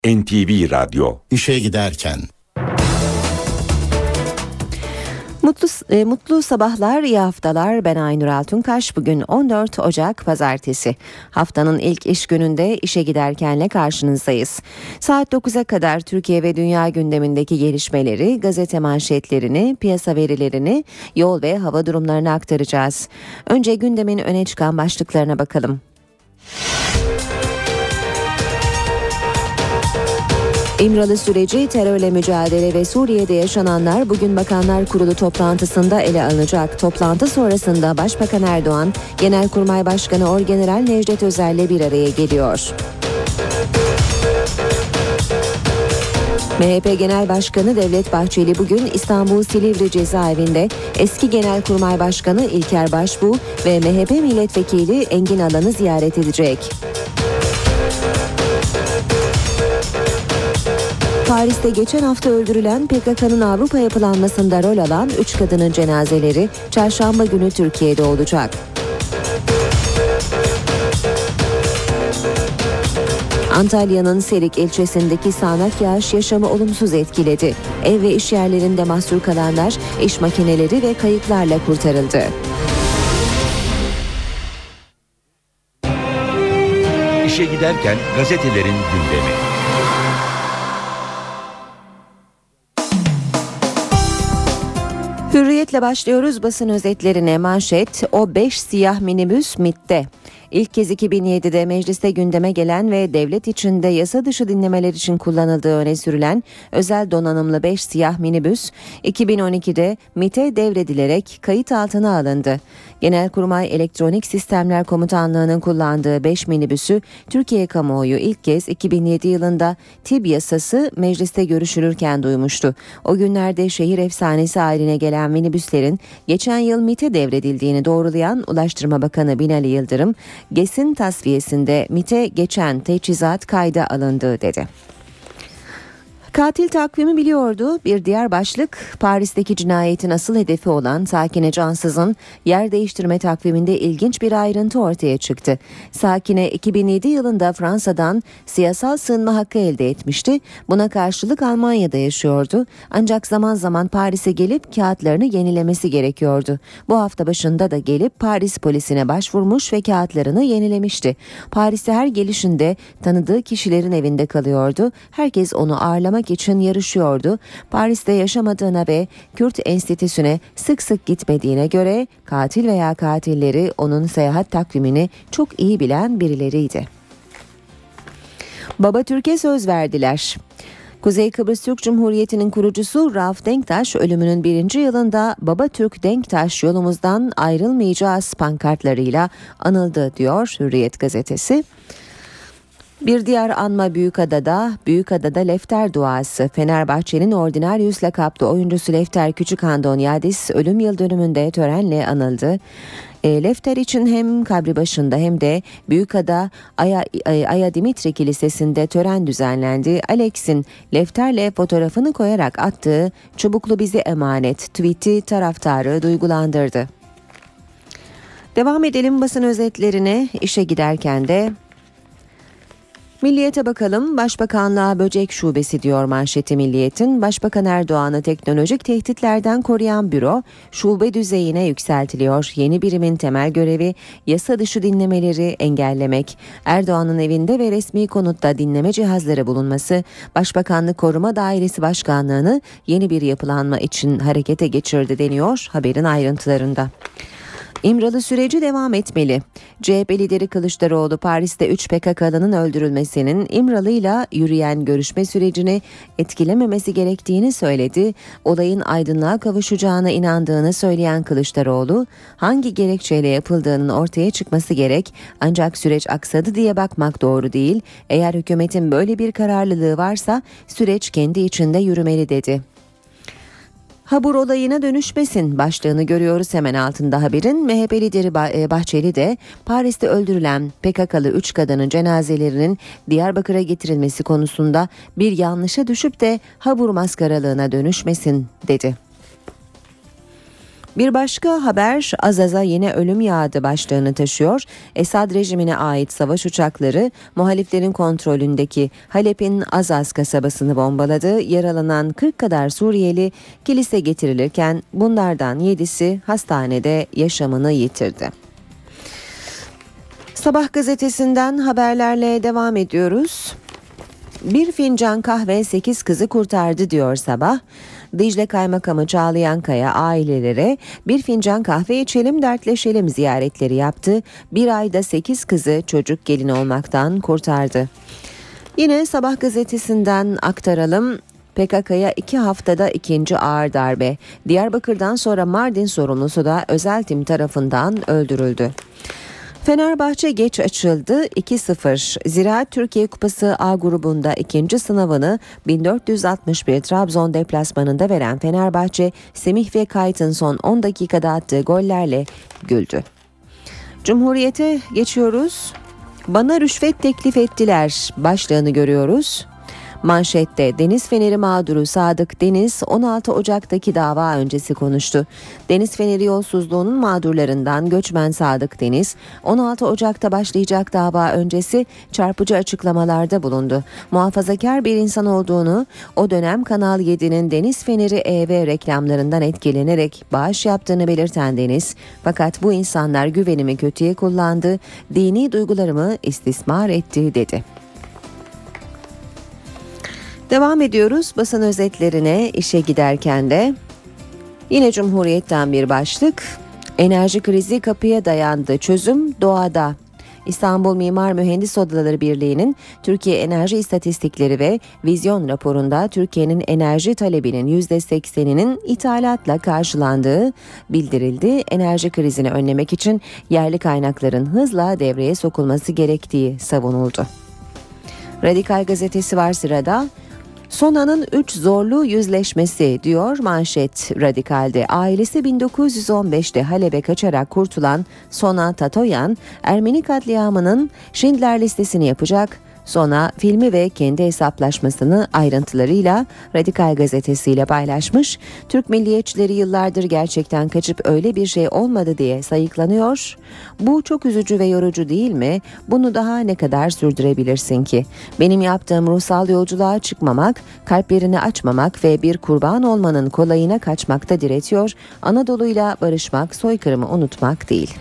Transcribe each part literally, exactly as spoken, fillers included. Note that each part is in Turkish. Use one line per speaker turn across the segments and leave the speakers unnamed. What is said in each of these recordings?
N T V Radyo.
İşe giderken.
Mutlu, e, mutlu sabahlar, iyi haftalar. Ben Aynur Altunkaş. Bugün on dört Ocak Pazartesi. Haftanın ilk iş gününde işe giderkenle karşınızdayız. Saat dokuza kadar Türkiye ve dünya gündemindeki gelişmeleri, gazete manşetlerini, piyasa verilerini, yol ve hava durumlarını aktaracağız. Önce gündemin öne çıkan başlıklarına bakalım. İmralı süreci, terörle mücadele ve Suriye'de yaşananlar bugün Bakanlar Kurulu toplantısında ele alınacak. Toplantı sonrasında Başbakan Erdoğan, Genelkurmay Başkanı Orgeneral Necdet Özel'le bir araya geliyor. M H P Genel Başkanı Devlet Bahçeli bugün İstanbul Silivri Cezaevinde eski Genelkurmay Başkanı İlker Başbuğ ve M H P Milletvekili Engin Alan'ı ziyaret edecek. Paris'te geçen hafta öldürülen P K K'nın Avrupa yapılanmasında rol alan üç kadının cenazeleri çarşamba günü Türkiye'de olacak. Antalya'nın Serik ilçesindeki sağanak yağış yaşamı olumsuz etkiledi. Ev ve iş yerlerinde mahsur kalanlar iş makineleri ve kayıklarla kurtarıldı.
İşe giderken gazetelerin gündemi.
Hürriyetle başlıyoruz basın özetlerine. Manşet, o beş siyah minibüs MİT'te. İlk kez iki bin yedide mecliste gündeme gelen ve devlet içinde yasa dışı dinlemeler için kullanıldığı öne sürülen özel donanımlı beş siyah minibüs iki bin on ikide MİT'e devredilerek kayıt altına alındı. Genelkurmay Elektronik Sistemler Komutanlığı'nın kullandığı beş minibüsü Türkiye kamuoyu ilk kez iki bin yedi yılında TİB yasası mecliste görüşülürken duymuştu. O günlerde şehir efsanesi haline gelen minibüslerin geçen yıl MİT'e devredildiğini doğrulayan Ulaştırma Bakanı Binali Yıldırım, GES'in tasfiyesinde MİT'e geçen teçhizat kayda alındı dedi. Katil takvimi biliyordu. Bir diğer başlık, Paris'teki cinayetin asıl hedefi olan Sakine Cansız'ın yer değiştirme takviminde ilginç bir ayrıntı ortaya çıktı. Sakine iki bin yedi yılında Fransa'dan siyasal sığınma hakkı elde etmişti. Buna karşılık Almanya'da yaşıyordu. Ancak zaman zaman Paris'e gelip kağıtlarını yenilemesi gerekiyordu. Bu hafta başında da gelip Paris polisine başvurmuş ve kağıtlarını yenilemişti. Paris'e her gelişinde tanıdığı kişilerin evinde kalıyordu. Herkes onu ağırlamak için yarışıyordu. Paris'te yaşamadığına ve Kürt Enstitüsü'ne sık sık gitmediğine göre katil veya katilleri onun seyahat takvimini çok iyi bilen birileriydi. Baba Türk'e söz verdiler. Kuzey Kıbrıs Türk Cumhuriyeti'nin kurucusu Rauf Denktaş ölümünün birinci yılında Baba Türk Denktaş yolumuzdan ayrılmayacağız pankartlarıyla anıldı diyor Hürriyet gazetesi. Bir diğer anma Büyükada'da, Büyükada'da Lefter duası. Fenerbahçe'nin Ordinaryus lakaplı oyuncusu Lefter Küçükhandonyadis ölüm yıl dönümünde törenle anıldı. E, Lefter için hem kabri başında hem de Büyükada Aya, Aya Dimitri Kilisesi'nde tören düzenlendi. Alex'in Lefter'le fotoğrafını koyarak attığı "Çubuklu bize emanet" tweet'i taraftarı duygulandırdı. Devam edelim basın özetlerine. İşe giderken de Milliyet'e bakalım. Başbakanlığa böcek şubesi diyor manşeti Milliyet'in. Başbakan Erdoğan'ı teknolojik tehditlerden koruyan büro şube düzeyine yükseltiliyor. Yeni birimin temel görevi yasa dışı dinlemeleri engellemek. Erdoğan'ın evinde ve resmi konutta dinleme cihazları bulunması Başbakanlık Koruma Dairesi Başkanlığı'nı yeni bir yapılanma için harekete geçirdi deniyor haberin ayrıntılarında. İmralı süreci devam etmeli. C H P lideri Kılıçdaroğlu Paris'te üç P K K'lının öldürülmesinin İmralı'yla yürüyen görüşme sürecini etkilememesi gerektiğini söyledi. Olayın aydınlığa kavuşacağına inandığını söyleyen Kılıçdaroğlu, hangi gerekçeyle yapıldığının ortaya çıkması gerek, ancak süreç aksadı diye bakmak doğru değil. Eğer hükümetin böyle bir kararlılığı varsa süreç kendi içinde yürümeli dedi. Habur olayına dönüşmesin başlığını görüyoruz hemen altında haberin. M H P lideri Bahçeli de Paris'te öldürülen P K K'lı üç kadının cenazelerinin Diyarbakır'a getirilmesi konusunda bir yanlışa düşüp de habur maskaralığına dönüşmesin dedi. Bir başka haber Azaz'a yine ölüm yağdı başlığını taşıyor. Esad rejimine ait savaş uçakları muhaliflerin kontrolündeki Halep'in Azaz kasabasını bombaladı. Yaralanan kırk kadar Suriyeli kilise getirilirken bunlardan yedisi hastanede yaşamını yitirdi. Sabah gazetesinden haberlerle devam ediyoruz. Bir fincan kahve sekiz kızı kurtardı diyor Sabah. Dicle Kaymakamı Çağlayan Kaya ailelere bir fincan kahve içelim dertleşelim ziyaretleri yaptı. Bir ayda sekiz kızı çocuk gelin olmaktan kurtardı. Yine Sabah gazetesinden aktaralım. P K K'ya iki haftada ikinci ağır darbe. Diyarbakır'dan sonra Mardin sorumlusu da Özeltim tarafından öldürüldü. Fenerbahçe geç açıldı iki sıfır. Ziraat Türkiye Kupası A grubunda ikinci sınavını bin dört yüz altmış bir Trabzon deplasmanında veren Fenerbahçe, Semih ve Kayt'ın son on dakikada attığı gollerle güldü. Cumhuriyete geçiyoruz. Bana rüşvet teklif ettiler başlığını görüyoruz. Manşette Deniz Feneri mağduru Sadık Deniz on altı Ocak'taki dava öncesi konuştu. Deniz Feneri yolsuzluğunun mağdurlarından göçmen Sadık Deniz on altı Ocak'ta başlayacak dava öncesi çarpıcı açıklamalarda bulundu. Muhafazakar bir insan olduğunu, o dönem Kanal yedi'nin Deniz Feneri E V reklamlarından etkilenerek bağış yaptığını belirten Deniz, fakat bu insanlar güvenimi kötüye kullandı, dini duygularımı istismar etti dedi. Devam ediyoruz basın özetlerine işe giderken de yine Cumhuriyet'ten bir başlık. Enerji krizi kapıya dayandı, çözüm doğada. İstanbul Mimar Mühendis Odaları Birliği'nin Türkiye Enerji İstatistikleri ve Vizyon raporunda Türkiye'nin enerji talebinin yüzde sekseninin ithalatla karşılandığı bildirildi. Enerji krizini önlemek için yerli kaynakların hızla devreye sokulması gerektiği savunuldu. Radikal gazetesi var sırada. Sona'nın üç zorlu yüzleşmesi diyor manşet Radikal'de. Ailesi bin dokuz yüz on beşte Halep'e kaçarak kurtulan Sona Tatoyan, Ermeni katliamının Schindler listesini yapacak. Sona filmi ve kendi hesaplaşmasını ayrıntılarıyla Radikal gazetesiyle paylaşmış. Türk milliyetçileri yıllardır gerçekten kaçıp öyle bir şey olmadı diye sayıklanıyor. Bu çok üzücü ve yorucu değil mi? Bunu daha ne kadar sürdürebilirsin ki? Benim yaptığım ruhsal yolculuğa çıkmamak, kalplerini açmamak ve bir kurban olmanın kolayına kaçmakta diretiyor. Anadolu'yla barışmak, soykırımı unutmak değil.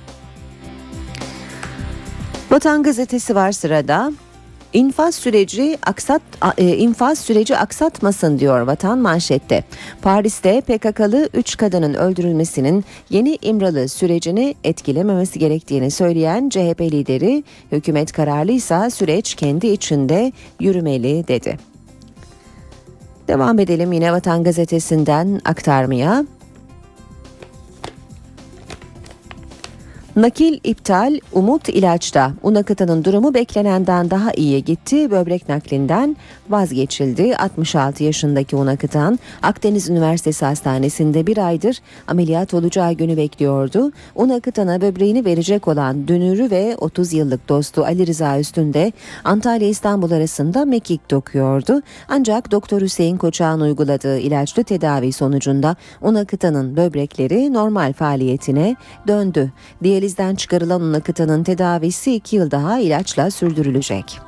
Vatan gazetesi var sırada. İnfaz süreci aksat e, infaz süreci aksatmasın diyor Vatan manşette. Paris'te P K K'lı üç kadının öldürülmesinin Yeni İmralı sürecini etkilememesi gerektiğini söyleyen C H P lideri, hükümet kararlıysa süreç kendi içinde yürümeli dedi. Devam edelim yine Vatan gazetesinden aktarmaya. Nakil iptal, umut ilaçta. Unakıtanın durumu beklenenden daha iyiye gitti. Böbrek naklinden vazgeçildi. altmış altı yaşındaki Unakıtan, Akdeniz Üniversitesi Hastanesi'nde bir aydır ameliyat olacağı günü bekliyordu. Unakıtan'a böbreğini verecek olan dünürü ve otuz yıllık dostu Ali Rıza Üstünde Antalya-İstanbul arasında mekik dokuyordu. Ancak Doktor Hüseyin Koçak'ın uyguladığı ilaçlı tedavi sonucunda Unakıtan'ın böbrekleri normal faaliyetine döndü. Diyaliz Diyalizden çıkarılan Unakıtan'ın tedavisi iki yıl daha ilaçla sürdürülecek.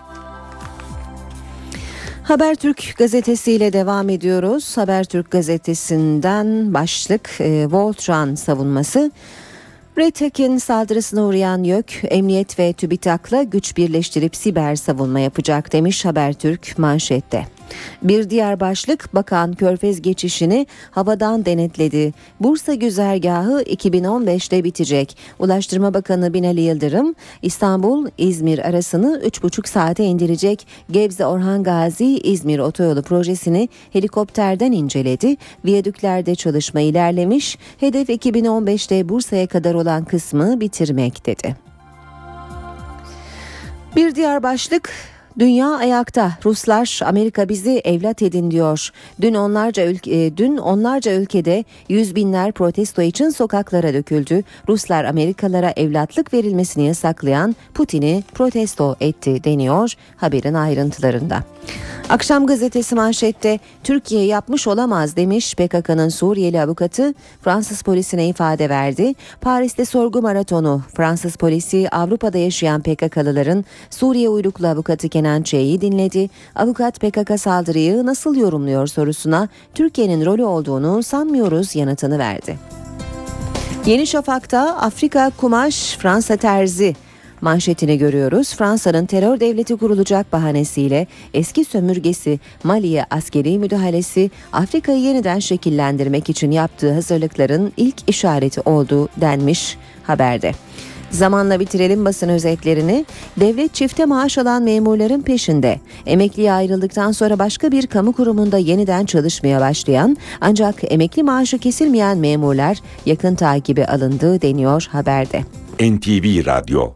Habertürk gazetesiyle devam ediyoruz. Habertürk gazetesinden başlık e, Voltran savunması. RETEK'in saldırısına uğrayan YÖK, Emniyet ve TÜBİTAK'la güç birleştirip siber savunma yapacak demiş Habertürk manşette. Bir diğer başlık, Bakan Körfez geçişini havadan denetledi. Bursa güzergahı iki bin on beşte bitecek. Ulaştırma Bakanı Binali Yıldırım, İstanbul-İzmir arasını üç buçuk saate indirecek. Gebze-Orhan Gazi-İzmir otoyolu projesini helikopterden inceledi. Viyadüklerde çalışma ilerlemiş. Hedef iki bin on beşte Bursa'ya kadar olan kısmı bitirmek dedi. Bir diğer başlık, Dünya ayakta. Ruslar Amerika bizi evlat edin diyor. Dün onlarca ülke, dün onlarca ülkede yüz binler protesto için sokaklara döküldü. Ruslar Amerikalılara evlatlık verilmesini yasaklayan Putin'i protesto etti deniyor haberin ayrıntılarında. Akşam gazetesi manşette Türkiye yapmış olamaz demiş P K K'nın Suriyeli avukatı Fransız polisine ifade verdi. Paris'te sorgu maratonu. Fransız polisi Avrupa'da yaşayan P K K'lıların Suriye uyruklu avukatı Kenan Ç'yi dinledi. Avukat P K K saldırıyı nasıl yorumluyor sorusuna Türkiye'nin rolü olduğunu sanmıyoruz yanıtını verdi. Yeni Şafak'ta Afrika kumaş Fransa terzi manşetini görüyoruz. Fransa'nın terör devleti kurulacak bahanesiyle eski sömürgesi Mali'ye askeri müdahalesi Afrika'yı yeniden şekillendirmek için yaptığı hazırlıkların ilk işareti oldu denmiş haberde. Zamanla bitirelim basın özetlerini. Devlet çifte maaş alan memurların peşinde. Emekliye ayrıldıktan sonra başka bir kamu kurumunda yeniden çalışmaya başlayan ancak emekli maaşı kesilmeyen memurlar yakın takibe alındı deniyor haberde.
N T V Radyo.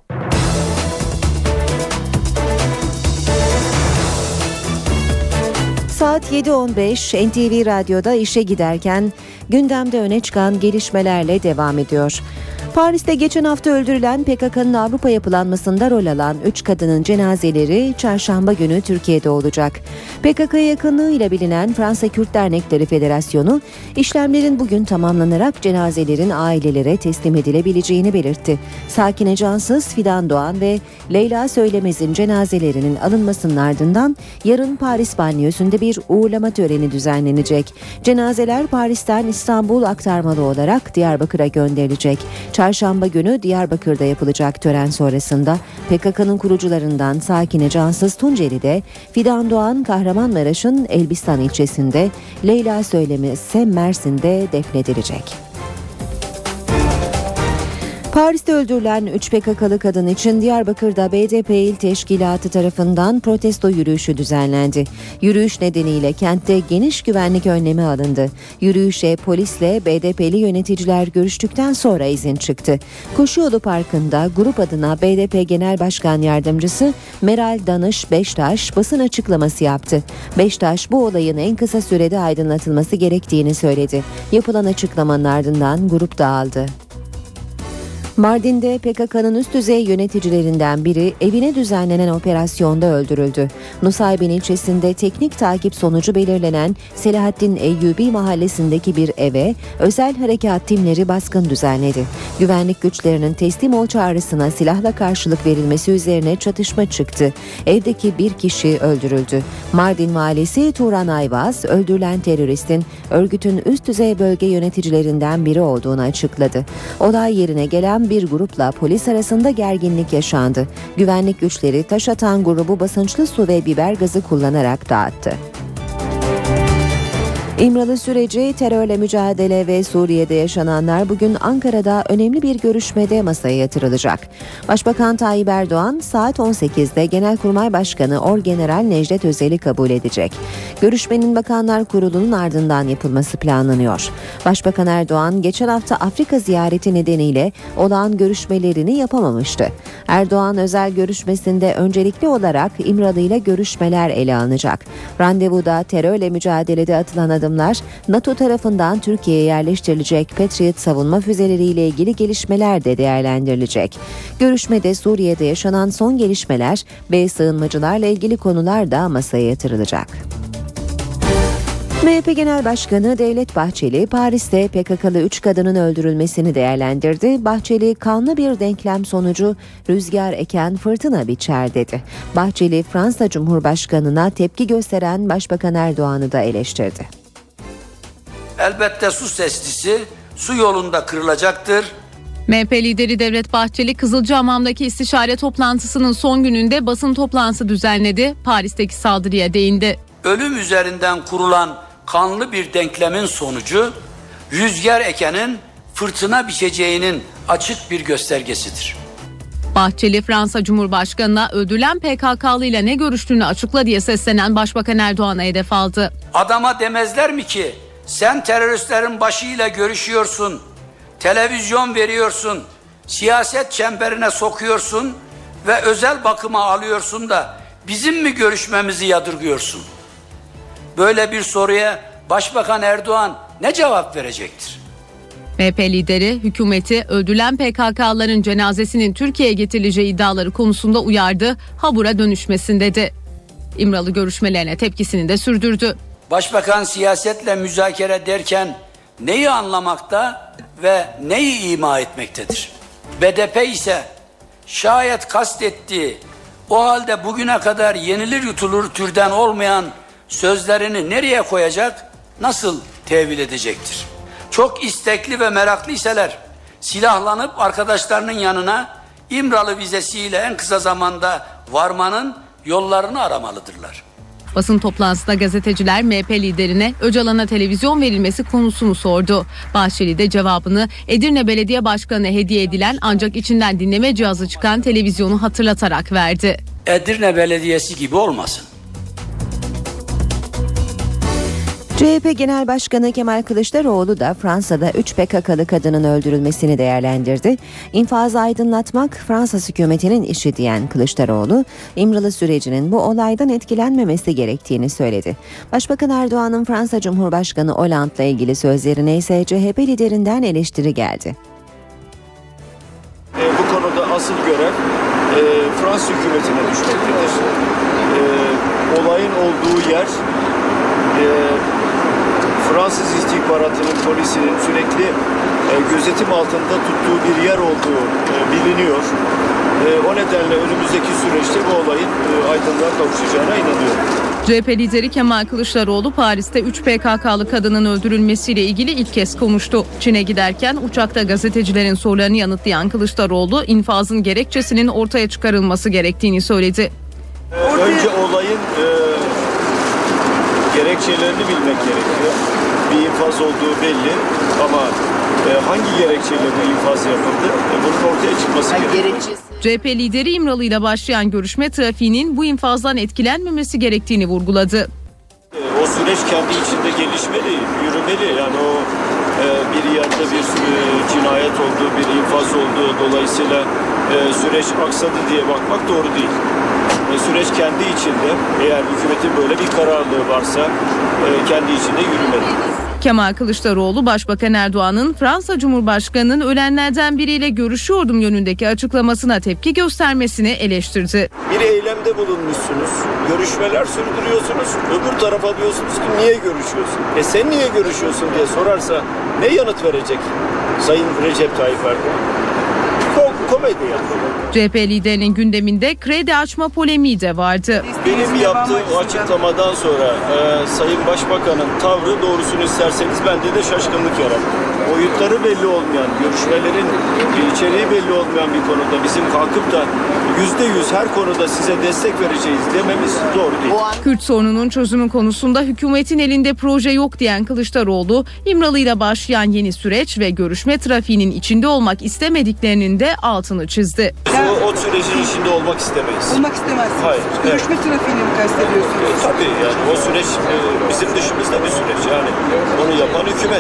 Saat yedi on beş N T V Radyo'da işe giderken gündemde öne çıkan gelişmelerle devam ediyor. Paris'te geçen hafta öldürülen P K K'nın Avrupa yapılanmasında rol alan üç kadının cenazeleri çarşamba günü Türkiye'de olacak. P K K'ya yakınlığıyla bilinen Fransa Kürt Dernekleri Federasyonu işlemlerin bugün tamamlanarak cenazelerin ailelere teslim edilebileceğini belirtti. Sakine Cansız, Fidan Doğan ve Leyla Söylemez'in cenazelerinin alınmasının ardından yarın Paris Banliyösü'nde bir uğurlama töreni düzenlenecek. Cenazeler Paris'ten İstanbul aktarmalı olarak Diyarbakır'a gönderilecek. Çarşamba günü Diyarbakır'da yapılacak tören sonrasında P K K'nın kurucularından Sakine Cansız Tunceli'de, Fidan Doğan Kahramanmaraş'ın Elbistan ilçesinde, Leyla Söylemez ise Mersin'de defnedilecek. Paris'te öldürülen üç P K K'lı kadın için Diyarbakır'da B D P İl Teşkilatı tarafından protesto yürüyüşü düzenlendi. Yürüyüş nedeniyle kentte geniş güvenlik önlemi alındı. Yürüyüşe polisle B D P'li yöneticiler görüştükten sonra izin çıktı. Koşuyolu Parkı'nda grup adına B D P Genel Başkan Yardımcısı Meral Danış Beştaş basın açıklaması yaptı. Beştaş bu olayın en kısa sürede aydınlatılması gerektiğini söyledi. Yapılan açıklamanın ardından grup dağıldı. Mardin'de P K K'nın üst düzey yöneticilerinden biri evine düzenlenen operasyonda öldürüldü. Nusaybin ilçesinde teknik takip sonucu belirlenen Selahattin Eyyubi mahallesindeki bir eve özel harekat timleri baskın düzenledi. Güvenlik güçlerinin teslim ol çağrısına silahla karşılık verilmesi üzerine çatışma çıktı. Evdeki bir kişi öldürüldü. Mardin valisi Turan Ayvaz öldürülen teröristin örgütün üst düzey bölge yöneticilerinden biri olduğunu açıkladı. Olay yerine gelen bir grupla polis arasında gerginlik yaşandı. Güvenlik güçleri taş atan grubu basınçlı su ve biber gazı kullanarak dağıttı. İmralı süreci, terörle mücadele ve Suriye'de yaşananlar bugün Ankara'da önemli bir görüşmede masaya yatırılacak. Başbakan Tayyip Erdoğan saat on sekizde Genelkurmay Başkanı Orgeneral Necdet Özel'i kabul edecek. Görüşmenin Bakanlar Kurulu'nun ardından yapılması planlanıyor. Başbakan Erdoğan geçen hafta Afrika ziyareti nedeniyle olağan görüşmelerini yapamamıştı. Erdoğan özel görüşmesinde öncelikli olarak İmralı ile görüşmeler ele alınacak. Randevuda terörle mücadelede atılan adımlar NATO tarafından Türkiye'ye yerleştirilecek Patriot savunma füzeleriyle ilgili gelişmeler de değerlendirilecek. Görüşmede Suriye'de yaşanan son gelişmeler ve sığınmacılarla ilgili konular da masaya yatırılacak. M H P Genel Başkanı Devlet Bahçeli, Paris'te P K K'lı üç kadının öldürülmesini değerlendirdi. Bahçeli, kanlı bir denklem sonucu rüzgar eken fırtına biçer dedi. Bahçeli, Fransa Cumhurbaşkanı'na tepki gösteren Başbakan Erdoğan'ı da eleştirdi.
Elbette su teslisi su yolunda kırılacaktır.
M H P lideri Devlet Bahçeli, Kızılcahamam'daki istişare toplantısının son gününde basın toplantısı düzenledi. Paris'teki saldırıya değindi.
Ölüm üzerinden kurulan kanlı bir denklemin sonucu rüzgar ekenin fırtına biçeceğinin açık bir göstergesidir.
Bahçeli, Fransa Cumhurbaşkanı'na öldürülen P K K'lı ile ne görüştüğünü açıkla diye seslenen Başbakan Erdoğan'a hedef aldı.
Adama demezler mi ki sen teröristlerin başıyla görüşüyorsun, televizyon veriyorsun, siyaset çemberine sokuyorsun ve özel bakıma alıyorsun da bizim mi görüşmemizi yadırgıyorsun? Böyle bir soruya Başbakan Erdoğan ne cevap verecektir?
M H P lideri hükümeti öldürülen P K K'ların cenazesinin Türkiye'ye getirileceği iddiaları konusunda uyardı, habura dönüşmesin dedi. İmralı görüşmelerine tepkisini de sürdürdü.
Başbakan siyasetle müzakere derken neyi anlamakta ve neyi ima etmektedir? B D P ise şayet kastettiği, o halde bugüne kadar yenilir yutulur türden olmayan sözlerini nereye koyacak, nasıl tevil edecektir? Çok istekli ve meraklıyseler silahlanıp arkadaşlarının yanına İmralı vizesiyle en kısa zamanda varmanın yollarını aramalıdırlar.
Basın toplantısında gazeteciler M H P liderine Öcalan'a televizyon verilmesi konusunu sordu. Bahçeli de cevabını Edirne Belediye Başkanı'na hediye edilen ancak içinden dinleme cihazı çıkan televizyonu hatırlatarak verdi.
Edirne Belediyesi gibi olmasın.
C H P Genel Başkanı Kemal Kılıçdaroğlu da Fransa'da üç P K K'lı kadının öldürülmesini değerlendirdi. İnfazı aydınlatmak Fransız hükümetinin işi diyen Kılıçdaroğlu, İmralı sürecinin bu olaydan etkilenmemesi gerektiğini söyledi. Başbakan Erdoğan'ın Fransa Cumhurbaşkanı Hollande'la ilgili sözlerine ise C H P liderinden eleştiri geldi.
E, bu konuda asıl görev e, Fransız hükümetine düşmektedir. E, olayın olduğu yer e, Fransız istihbaratının, polisinin sürekli e, gözetim altında tuttuğu bir yer olduğu e, biliniyor. E, o nedenle önümüzdeki süreçte bu olayın e, aydınlığa kavuşacağına inanıyorum.
C H P lideri Kemal Kılıçdaroğlu Paris'te üç P K K'lı kadının öldürülmesiyle ilgili ilk kez konuştu. Çin'e giderken uçakta gazetecilerin sorularını yanıtlayan Kılıçdaroğlu infazın gerekçesinin ortaya çıkarılması gerektiğini söyledi.
E, önce olayın e, gerekçelerini bilmek gerekiyor. Bir infaz olduğu belli ama e, hangi gerekçeyle bu infaz yapıldı e, bunun ortaya çıkması gerekiyor.
C H P lideri İmralı ile başlayan görüşme trafiğinin bu infazdan etkilenmemesi gerektiğini vurguladı.
E, o süreç kendi içinde gelişmeli, yürümeli. Yani o e, bir yerde bir e, cinayet olduğu, bir infaz olduğu dolayısıyla e, süreç aksadı diye bakmak doğru değil. E, süreç kendi içinde, eğer hükümetin böyle bir kararlılığı varsa e, kendi içinde yürümeli.
Kemal Kılıçdaroğlu, Başbakan Erdoğan'ın Fransa Cumhurbaşkanı'nın ölenlerden biriyle görüşüyordum yönündeki açıklamasına tepki göstermesini eleştirdi.
Bir eylemde bulunmuşsunuz, görüşmeler sürdürüyorsunuz, öbür tarafa diyorsunuz ki niye görüşüyorsun? E sen niye görüşüyorsun diye sorarsa ne yanıt verecek Sayın Recep Tayyip Erdoğan? Komedi yapıyor.
C H P liderinin gündeminde kredi açma polemiği de vardı.
Benim yaptığım açıklamadan sonra e, Sayın Başbakan'ın tavrı, doğrusunu isterseniz bende de şaşkınlık yarattı. Boyutları belli olmayan, görüşmelerin içeriği belli olmayan bir konuda bizim kalkıp da yüzde yüz her konuda size destek vereceğiz dememiz doğru değil.
Kürt sorununun çözümü konusunda hükümetin elinde proje yok diyen Kılıçdaroğlu, İmralı ile başlayan yeni süreç ve görüşme trafiğinin içinde olmak istemediklerinin de altını çizdi.
O, o sürecin içinde olmak istemeyiz.
Olmak istemezsiniz.
Hayır.
Görüşme evet. trafiğini mi kastediyorsunuz?
E, tabii yani o süreç e, bizim dışımızda bir süreç. Yani onu yapan hükümet.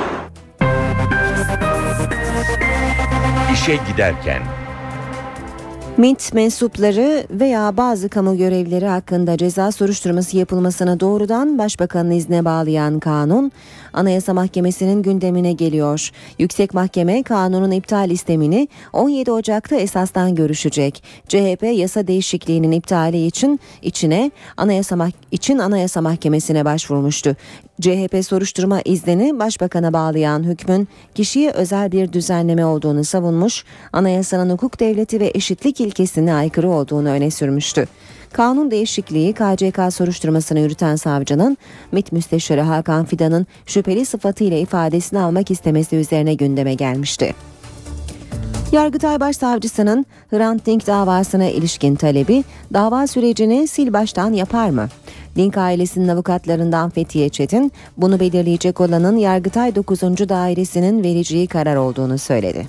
İşe giderken.
MİT mensupları veya bazı kamu görevlileri hakkında ceza soruşturması yapılmasına doğrudan Başbakanın iznine bağlayan kanun, Anayasa Mahkemesi'nin gündemine geliyor. Yüksek Mahkeme kanunun iptal istemini on yedi Ocak'ta esastan görüşecek. C H P yasa değişikliğinin iptali için içine Anayasa için Anayasa Mahkemesi'ne başvurmuştu. C H P soruşturma iznini Başbakan'a bağlayan hükmün kişiye özel bir düzenleme olduğunu savunmuş, anayasanın hukuk devleti ve eşitlik ilkesine aykırı olduğunu öne sürmüştü. Kanun değişikliği K C K soruşturmasını yürüten savcının MİT Müsteşarı Hakan Fidan'ın şüpheli sıfatıyla ifadesini almak istemesi üzerine gündeme gelmişti. Yargıtay Başsavcısının Hrant Dink davasına ilişkin talebi dava sürecini sil baştan yapar mı? Dink ailesinin avukatlarından Fethiye Çetin, bunu belirleyecek olanın Yargıtay dokuzuncu Dairesi'nin vereceği karar olduğunu söyledi.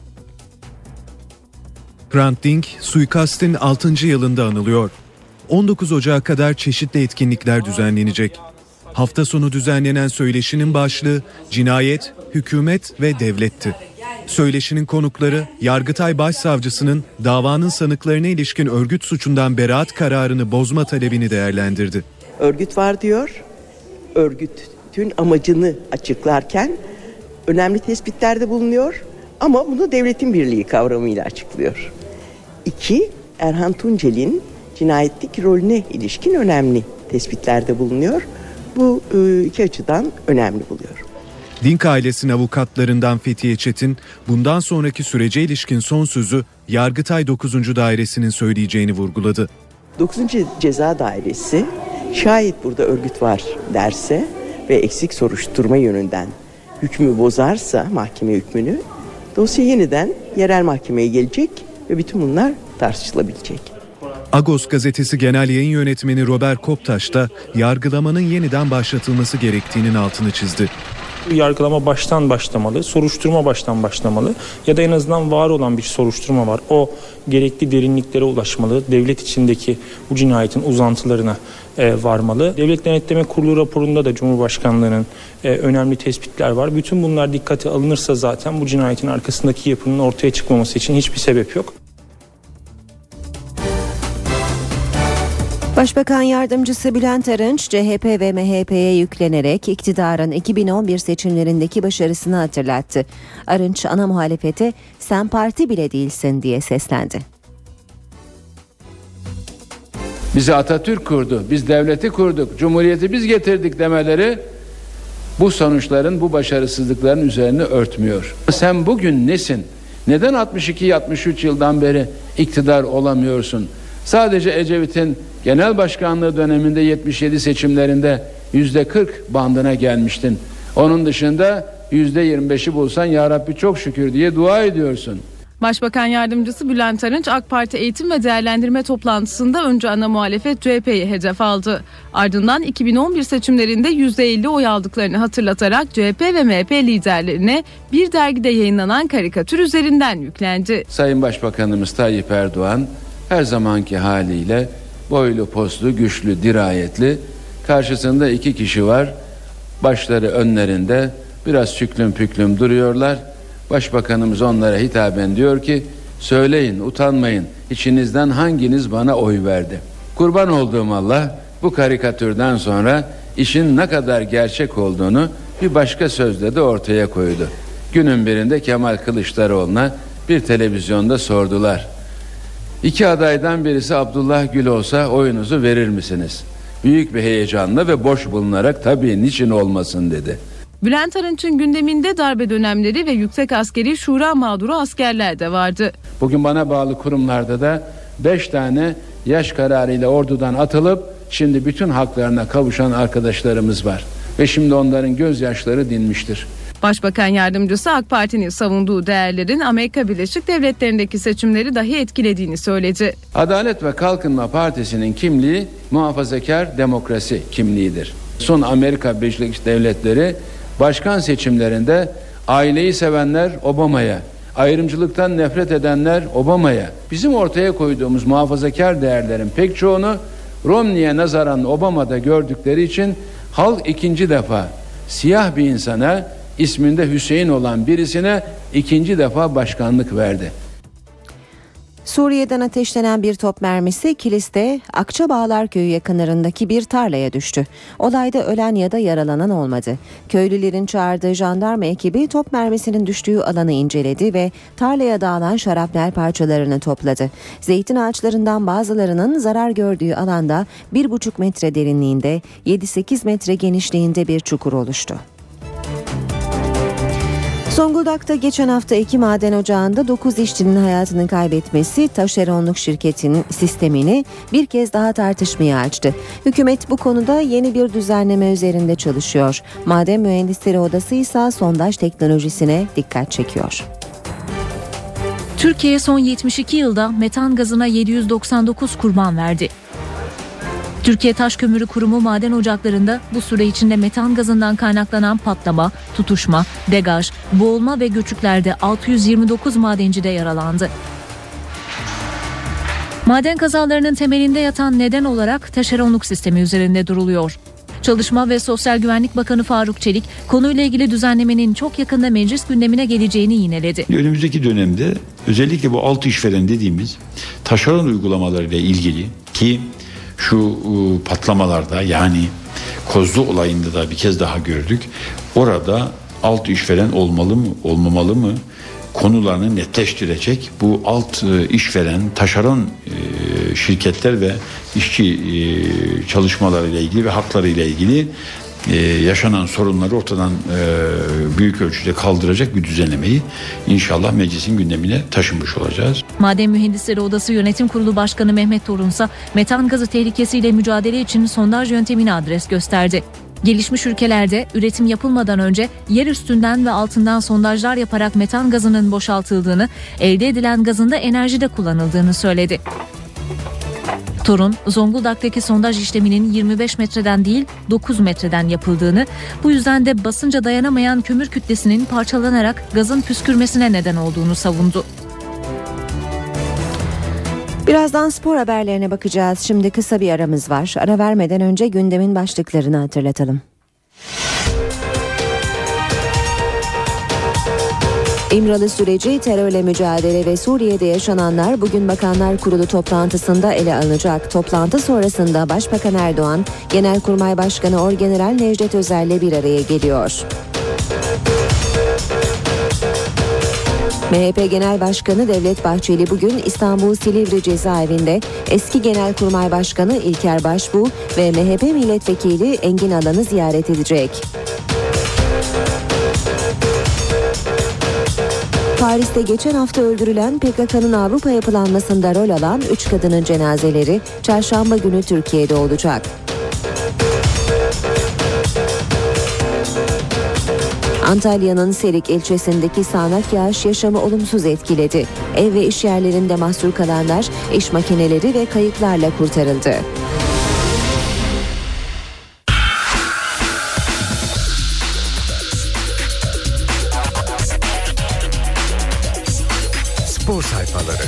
Hrant Dink suikastin altıncı yılında anılıyor. on dokuz Ocak'a kadar çeşitli etkinlikler düzenlenecek. Hafta sonu düzenlenen söyleşinin başlığı cinayet, hükümet ve devletti. Söyleşinin konukları Yargıtay Başsavcısının davanın sanıklarına ilişkin örgüt suçundan beraat kararını bozma talebini değerlendirdi.
Örgüt var diyor, örgütün amacını açıklarken önemli tespitlerde bulunuyor ama bunu devletin birliği kavramıyla açıklıyor. İki, Erhan Tuncel'in cinayetlik rolüne ilişkin önemli tespitlerde bulunuyor. Bu iki açıdan önemli buluyorum.
Dink ailesinin avukatlarından Fethiye Çetin, bundan sonraki sürece ilişkin son sözü Yargıtay dokuzuncu Dairesi'nin söyleyeceğini vurguladı.
dokuzuncu Ceza Dairesi şayet burada örgüt var derse ve eksik soruşturma yönünden hükmü bozarsa, mahkeme hükmünü, dosya yeniden yerel mahkemeye gelecek ve bütün bunlar tartışılabilecek.
Agos gazetesi genel yayın yönetmeni Robert Koptaş da yargılamanın yeniden başlatılması gerektiğinin altını çizdi.
Yargılama baştan başlamalı, soruşturma baştan başlamalı ya da en azından var olan bir soruşturma var. O gerekli derinliklere ulaşmalı, devlet içindeki bu cinayetin uzantılarına e, varmalı. Devlet Denetleme Kurulu raporunda da Cumhurbaşkanlığı'nın e, önemli tespitler var. Bütün bunlar dikkate alınırsa zaten bu cinayetin arkasındaki yapının ortaya çıkmaması için hiçbir sebep yok.
Başbakan Yardımcısı Bülent Arınç, C H P ve M H P'ye yüklenerek iktidarın iki bin on bir seçimlerindeki başarısını hatırlattı. Arınç, ana muhalefete "sen parti bile değilsin" diye seslendi.
Bizi Atatürk kurdu, biz devleti kurduk, cumhuriyeti biz getirdik demeleri bu sonuçların, bu başarısızlıkların üzerine örtmüyor. Sen bugün nesin? Neden altmış iki altmış üç yıldan beri iktidar olamıyorsun? Sadece Ecevit'in genel başkanlığı döneminde yetmiş yedi seçimlerinde yüzde kırk bandına gelmiştin. Onun dışında yüzde yirmi beşi bulsan ya Rabbi çok şükür diye dua ediyorsun.
Başbakan Yardımcısı Bülent Arınç, AK Parti eğitim ve değerlendirme toplantısında önce ana muhalefet C H P'yi hedef aldı. Ardından iki bin on bir seçimlerinde yüzde elli oy aldıklarını hatırlatarak C H P ve M H P liderlerine bir dergide yayınlanan karikatür üzerinden yüklendi.
Sayın Başbakanımız Tayyip Erdoğan her zamanki haliyle boylu poslu, güçlü, dirayetli. Karşısında iki kişi var. Başları önlerinde, biraz süklüm püklüm duruyorlar. Başbakanımız onlara hitaben diyor ki, söyleyin, utanmayın, içinizden hanginiz bana oy verdi? Kurban olduğum Allah bu karikatürden sonra işin ne kadar gerçek olduğunu bir başka sözle de ortaya koydu. Günün birinde Kemal Kılıçdaroğlu'na bir televizyonda sordular. İki adaydan birisi Abdullah Gül olsa oyunuzu verir misiniz? Büyük bir heyecanla ve boş bulunarak tabii niçin olmasın dedi.
Bülent Arınç'ın gündeminde darbe dönemleri ve Yüksek Askeri Şura mağduru askerler de vardı.
Bugün bana bağlı kurumlarda da beş tane yaş kararıyla ordudan atılıp şimdi bütün haklarına kavuşan arkadaşlarımız var. Ve şimdi onların gözyaşları dinmiştir.
Başbakan Yardımcısı AK Parti'nin savunduğu değerlerin Amerika Birleşik Devletleri'ndeki seçimleri dahi etkilediğini söyledi.
Adalet ve Kalkınma Partisi'nin kimliği muhafazakar demokrasi kimliğidir. Son Amerika Birleşik Devletleri başkan seçimlerinde aileyi sevenler Obama'ya, ayrımcılıktan nefret edenler Obama'ya, bizim ortaya koyduğumuz muhafazakar değerlerin pek çoğunu Romney'e nazaran Obama'da gördükleri için halk ikinci defa siyah bir insana, isminde Hüseyin olan birisine ikinci defa başkanlık verdi.
Suriye'den ateşlenen bir top mermisi Kilis'te Akçabağlar Köyü yakınlarındaki bir tarlaya düştü. Olayda ölen ya da yaralanan olmadı. Köylülerin çağırdığı jandarma ekibi top mermisinin düştüğü alanı inceledi ve tarlaya dağılan şarapnel parçalarını topladı. Zeytin ağaçlarından bazılarının zarar gördüğü alanda bir buçuk metre derinliğinde, yedi sekiz metre genişliğinde bir çukur oluştu. Zonguldak'ta geçen hafta iki maden ocağında dokuz işçinin hayatını kaybetmesi taşeronluk şirketinin sistemini bir kez daha tartışmaya açtı. Hükümet bu konuda yeni bir düzenleme üzerinde çalışıyor. Maden Mühendisleri Odası ise sondaj teknolojisine dikkat çekiyor.
Türkiye son yetmiş iki yılda metan gazına yedi yüz doksan dokuz kurban verdi. Türkiye Taş Kömürü Kurumu maden ocaklarında bu süre içinde metan gazından kaynaklanan patlama, tutuşma, degaj, boğulma ve göçüklerde altı yüz yirmi dokuz madenci de yaralandı. Maden kazalarının temelinde yatan neden olarak taşeronluk sistemi üzerinde duruluyor. Çalışma ve Sosyal Güvenlik Bakanı Faruk Çelik konuyla ilgili düzenlemenin çok yakında meclis gündemine geleceğini yineledi.
Önümüzdeki dönemde özellikle bu altı işveren dediğimiz taşeron uygulamalarıyla ilgili ki şu patlamalarda yani Kozlu olayında da bir kez daha gördük. Orada alt işveren olmalı mı, olmamalı mı konularını netleştirecek bu alt işveren, taşeron şirketler ve işçi çalışmalarıyla ilgili ve haklarıyla ilgili yaşanan sorunları ortadan büyük ölçüde kaldıracak bir düzenlemeyi inşallah meclisin gündemine taşımış olacağız.
Maden Mühendisleri Odası Yönetim Kurulu Başkanı Mehmet Torunsa metan gazı tehlikesiyle mücadele için sondaj yöntemini adres gösterdi. Gelişmiş ülkelerde üretim yapılmadan önce yer üstünden ve altından sondajlar yaparak metan gazının boşaltıldığını, elde edilen gazın da enerjide kullanıldığını söyledi. Torun, Zonguldak'taki sondaj işleminin yirmi beş metreden değil dokuz metreden yapıldığını, bu yüzden de basınca dayanamayan kömür kütlesinin parçalanarak gazın püskürmesine neden olduğunu savundu.
Birazdan spor haberlerine bakacağız. Şimdi kısa bir aramız var. Ara vermeden önce gündemin başlıklarını hatırlatalım. İmralı süreci, terörle mücadele ve Suriye'de yaşananlar bugün Bakanlar Kurulu toplantısında ele alınacak. Toplantı sonrasında Başbakan Erdoğan, Genelkurmay Başkanı Orgeneral Necdet Özel'le bir araya geliyor. M H P Genel Başkanı Devlet Bahçeli bugün İstanbul Silivri Cezaevinde eski Genelkurmay Başkanı İlker Başbuğ ve M H P Milletvekili Engin Alan'ı ziyaret edecek. Paris'te geçen hafta öldürülen P K K'nın Avrupa yapılanmasında rol alan üç kadının cenazeleri çarşamba günü Türkiye'de olacak. Antalya'nın Serik ilçesindeki sağanak yağış yaşamı olumsuz etkiledi. Ev ve iş yerlerinde mahsur kalanlar iş makineleri ve kayıklarla kurtarıldı.
Spor sayfaları.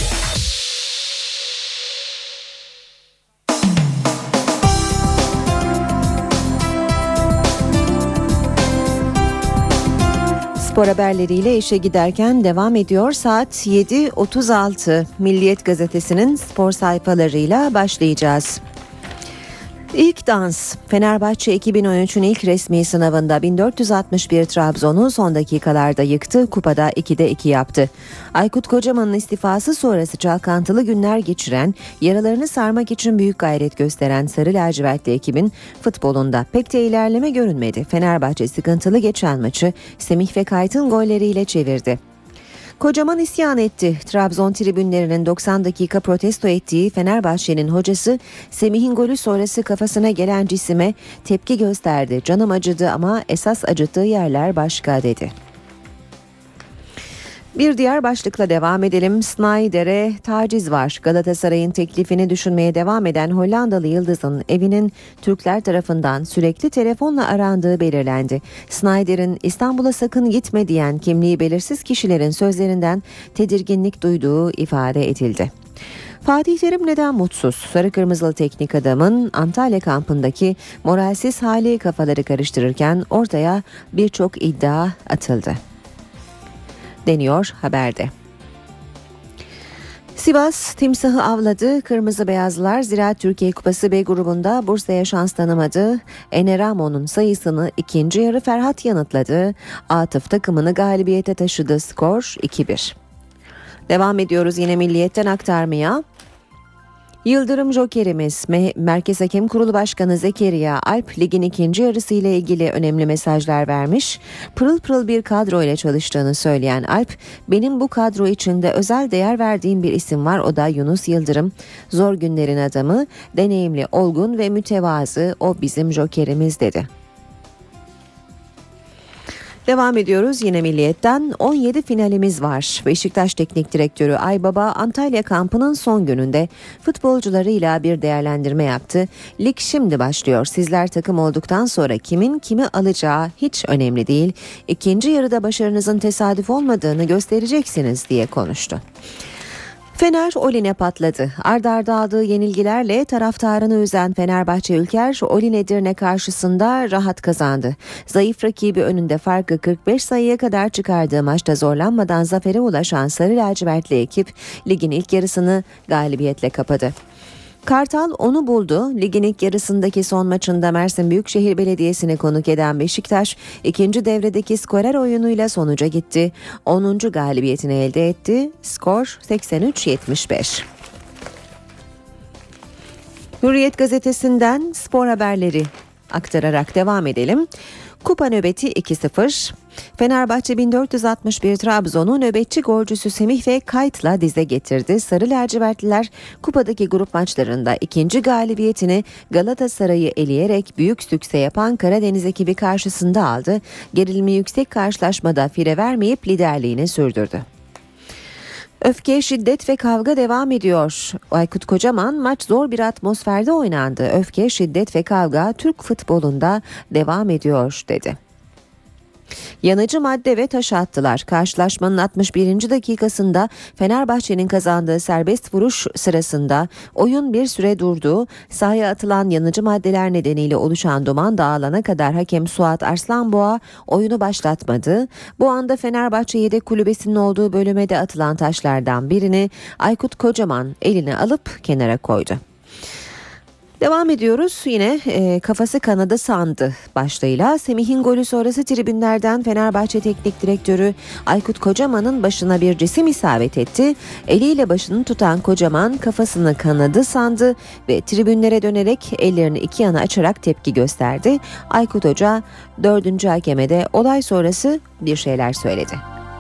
Spor haberleriyle işe giderken devam ediyor. Saat yedi otuz altı. Milliyet Gazetesi'nin spor sayfalarıyla başlayacağız. İlk dans. Fenerbahçe iki bin on üçün ilk resmi sınavında bin dört yüz altmış bir Trabzon'u son dakikalarda yıktı. Kupada ikide iki yaptı. Aykut Kocaman'ın istifası sonrası çalkantılı günler geçiren, yaralarını sarmak için büyük gayret gösteren Sarı Lacivertli ekibin futbolunda pek de ilerleme görünmedi. Fenerbahçe sıkıntılı geçen maçı Semih ve Kayt'ın golleriyle çevirdi. Kocaman isyan etti. Trabzon tribünlerinin doksan dakika protesto ettiği Fenerbahçe'nin hocası Semih'in golü sonrası kafasına gelen cisime tepki gösterdi. Canım acıdı ama esas acıttığı yerler başka dedi. Bir diğer başlıkla devam edelim. Sneijder'e taciz var. Galatasaray'ın teklifini düşünmeye devam eden Hollandalı yıldızın evinin Türkler tarafından sürekli telefonla arandığı belirlendi. Sneijder'in İstanbul'a sakın gitme diyen kimliği belirsiz kişilerin sözlerinden tedirginlik duyduğu ifade edildi. Fatih Terim neden mutsuz? Sarı Kırmızılı teknik adamın Antalya kampındaki moralsiz hali kafaları karıştırırken ortaya birçok iddia atıldı deniyor haberde. Sivas timsahı avladı. Kırmızı Beyazlılar Ziraat Türkiye Kupası B grubunda Bursa'ya şans tanımadı. Eneramo'nun sayısını ikinci yarı Ferhat yanıtladı. Atıf takımını galibiyete taşıdı. Skor iki bir. Devam ediyoruz yine Milliyet'ten aktarmaya. Yıldırım Jokerimiz Merkez Hakem Kurulu Başkanı Zekeriya Alp ligin ikinci yarısı ile ilgili önemli mesajlar vermiş. Pırıl pırıl bir kadro ile çalıştığını söyleyen Alp, benim bu kadro içinde özel değer verdiğim bir isim var, o da Yunus Yıldırım. Zor günlerin adamı, deneyimli, olgun ve mütevazı, o bizim Jokerimiz dedi. Devam ediyoruz yine Milliyet'ten. on yedi finalimiz var. Beşiktaş Teknik Direktörü Aybaba Antalya kampının son gününde futbolcularıyla bir değerlendirme yaptı. Lig şimdi başlıyor. Sizler takım olduktan sonra kimin kimi alacağı hiç önemli değil. İkinci yarıda başarınızın tesadüf olmadığını göstereceksiniz diye konuştu. Fener Olin'e patladı. Arda arda aldığı yenilgilerle taraftarını üzen Fenerbahçe Ülker, Olin Edirne karşısında rahat kazandı. Zayıf rakibi önünde farkı kırk beş sayıya kadar çıkardığı maçta zorlanmadan zafere ulaşan Sarı Lacivertli ekip ligin ilk yarısını galibiyetle kapadı. Kartal onu buldu. Ligin ilk yarısındaki son maçında Mersin Büyükşehir Belediyesi'ni konuk eden Beşiktaş, ikinci devredeki skorer oyunuyla sonuca gitti. onuncu galibiyetini elde etti. Skor seksen üç yetmiş beş. Hürriyet gazetesinden spor haberleri aktararak devam edelim. Kupa nöbeti iki sıfır. Fenerbahçe bin dört yüz altmış bir Trabzon'u nöbetçi golcüsü Semih ve Kayt'la dize getirdi. Sarı lacivertliler kupadaki grup maçlarında ikinci galibiyetini Galatasaray'ı eleyerek büyük sükse yapan Karadeniz ekibi karşısında aldı. Gerilimi yüksek karşılaşmada fire vermeyip liderliğini sürdürdü. Öfke, şiddet ve kavga devam ediyor. Aykut Kocaman, maç zor bir atmosferde oynandı. Öfke, şiddet ve kavga Türk futbolunda devam ediyor dedi. Yanıcı madde ve taş attılar. Karşılaşmanın altmış birinci dakikasında Fenerbahçe'nin kazandığı serbest vuruş sırasında oyun bir süre durdu. Sahaya atılan yanıcı maddeler nedeniyle oluşan duman dağılana kadar hakem Suat Arslanboğa oyunu başlatmadı. Bu anda Fenerbahçe yedek kulübesinin olduğu bölüme de atılan taşlardan birini Aykut Kocaman eline alıp kenara koydu. Devam ediyoruz yine e, kafası kanadı sandı başlığıyla. Semih'in golü sonrası tribünlerden Fenerbahçe Teknik Direktörü Aykut Kocaman'ın başına bir cisim isabet etti. Eliyle başını tutan Kocaman kafasını kanadı sandı ve tribünlere dönerek ellerini iki yana açarak tepki gösterdi. Aykut Hoca dördüncü hakeme de olay sonrası bir şeyler söyledi.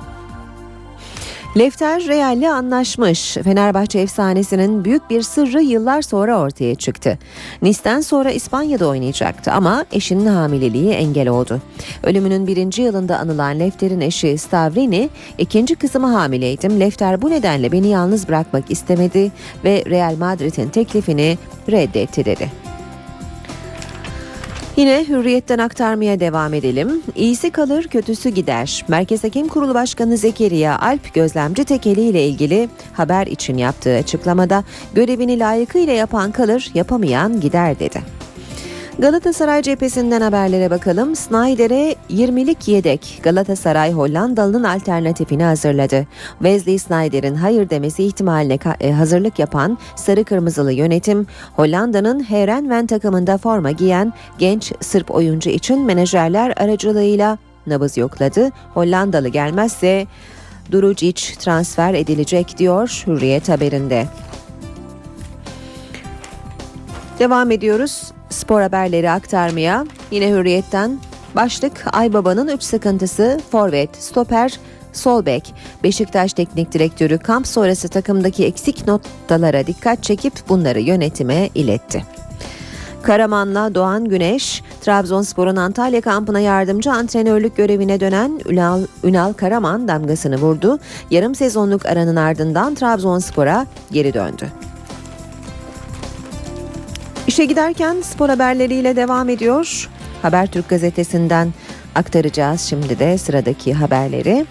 Lefter Real'le anlaşmış. Fenerbahçe efsanesinin büyük bir sırrı yıllar sonra ortaya çıktı. Nice'den sonra İspanya'da oynayacaktı ama eşinin hamileliği engel oldu. Ölümünün birinci yılında anılan Lefter'in eşi Stavrini, ikinci kızımı hamileydim. Lefter bu nedenle beni yalnız bırakmak istemedi ve Real Madrid'in teklifini reddetti dedi. Yine Hürriyet'ten aktarmaya devam edelim. İyisi kalır, kötüsü gider. Merkez Hakem Kurulu Başkanı Zekeriya Alp Gözlemci Tekeli ile ilgili haber için yaptığı açıklamada görevini layıkıyla yapan kalır, yapamayan gider dedi. Galatasaray cephesinden haberlere bakalım. Sneijder'e yirmilik yedek. Galatasaray Hollandalı'nın alternatifini hazırladı. Wesley Sneijder'in hayır demesi ihtimaline hazırlık yapan sarı kırmızılı yönetim, Hollanda'nın Heerenveen takımında forma giyen genç Sırp oyuncu için menajerler aracılığıyla nabız yokladı. Hollandalı gelmezse Družić transfer edilecek diyor Hürriyet haberinde. Devam ediyoruz spor haberleri aktarmaya. Yine Hürriyet'ten başlık Aybaba'nın üç sıkıntısı forvet, stoper, sol bek. Beşiktaş Teknik Direktörü kamp sonrası takımdaki eksik noktalara dikkat çekip bunları yönetime iletti. Karaman'la Doğan Güneş, Trabzonspor'un Antalya kampına yardımcı antrenörlük görevine dönen Ünal, Ünal Karaman damgasını vurdu. Yarım sezonluk aranın ardından Trabzonspor'a geri döndü. İşe giderken spor haberleriyle devam ediyor. Habertürk gazetesinden aktaracağız şimdi de sıradaki haberleri.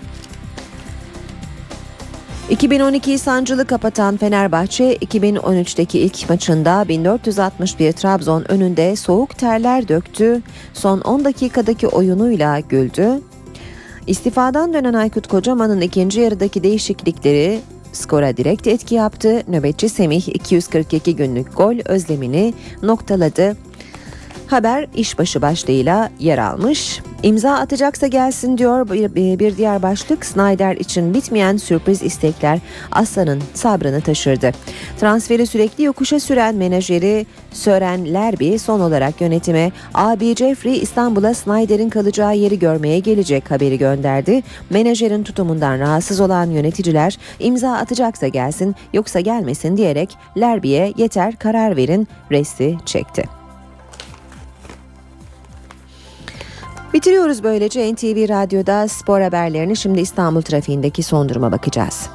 iki bin on ikiyi sancılı kapatan Fenerbahçe iki bin on üçteki ilk maçında bin dört yüz altmış bir Trabzon önünde soğuk terler döktü. Son on dakikadaki oyunuyla güldü. İstifadan dönen Aykut Kocaman'ın ikinci yarıdaki değişiklikleri skora direkt etki yaptı. Nöbetçi Semih iki yüz kırk iki günlük gol özlemini noktaladı. Haber işbaşı başlığıyla yer almış. İmza atacaksa gelsin diyor bir, bir diğer başlık. Sneijder için bitmeyen sürpriz istekler Aslan'ın sabrını taşırdı. Transferi sürekli yokuşa süren menajeri Sören Lerby son olarak yönetime abi Jeffrey İstanbul'a Sneijder'in kalacağı yeri görmeye gelecek haberi gönderdi. Menajerin tutumundan rahatsız olan yöneticiler imza atacaksa gelsin yoksa gelmesin diyerek Lerby'ye yeter karar verin resti çekti. Bitiriyoruz böylece N T V Radyo'da spor haberlerini. Şimdi İstanbul trafiğindeki son duruma bakacağız.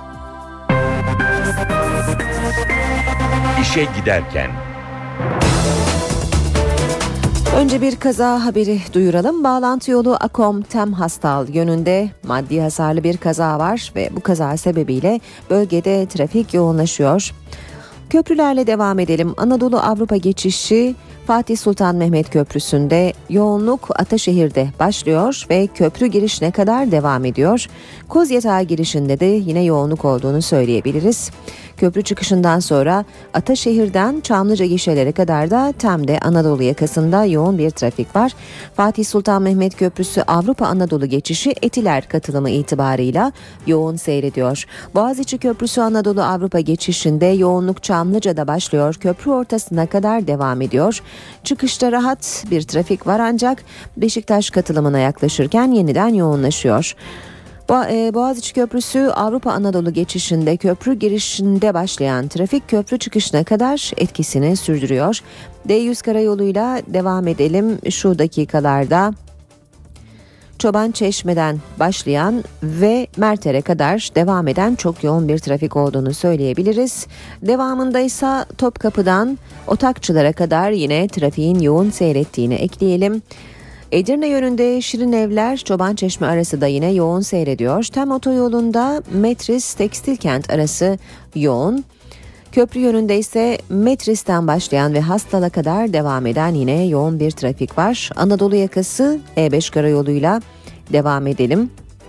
İşe giderken.
Önce bir kaza haberi duyuralım. Bağlantı yolu Akom-Tem Hastal yönünde maddi hasarlı bir kaza var ve bu kaza sebebiyle bölgede trafik yoğunlaşıyor. Köprülerle devam edelim. Anadolu Avrupa geçişi Fatih Sultan Mehmet Köprüsü'nde yoğunluk Ataşehir'de başlıyor ve köprü girişine kadar devam ediyor. Kozyatağı girişinde de yine yoğunluk olduğunu söyleyebiliriz. Köprü çıkışından sonra Ataşehir'den Çamlıca gişelere kadar da Tem'de Anadolu yakasında yoğun bir trafik var. Fatih Sultan Mehmet Köprüsü Avrupa Anadolu geçişi Etiler katılımı itibarıyla yoğun seyrediyor. Boğaziçi Köprüsü Anadolu Avrupa geçişinde yoğunluk Çamlıca'da başlıyor. Köprü ortasına kadar devam ediyor. Çıkışta rahat bir trafik var ancak Beşiktaş katılımına yaklaşırken yeniden yoğunlaşıyor. Boğaziçi Köprüsü Avrupa Anadolu geçişinde köprü girişinde başlayan trafik köprü çıkışına kadar etkisini sürdürüyor. D yüz karayoluyla devam edelim şu dakikalarda. Çobançeşme'den başlayan ve Merter'e kadar devam eden çok yoğun bir trafik olduğunu söyleyebiliriz. Devamında ise Topkapı'dan Otakçılar'a kadar yine trafiğin yoğun seyrettiğini ekleyelim. Edirne yönünde Şirinevler Çobançeşme arası da yine yoğun seyrediyor. Tem otoyolunda Metris Tekstilkent arası yoğun. Köprü yönünde ise Metris'ten başlayan ve Hastal'a kadar devam eden yine yoğun bir trafik var. Anadolu yakası E beş karayoluyla devam edelim.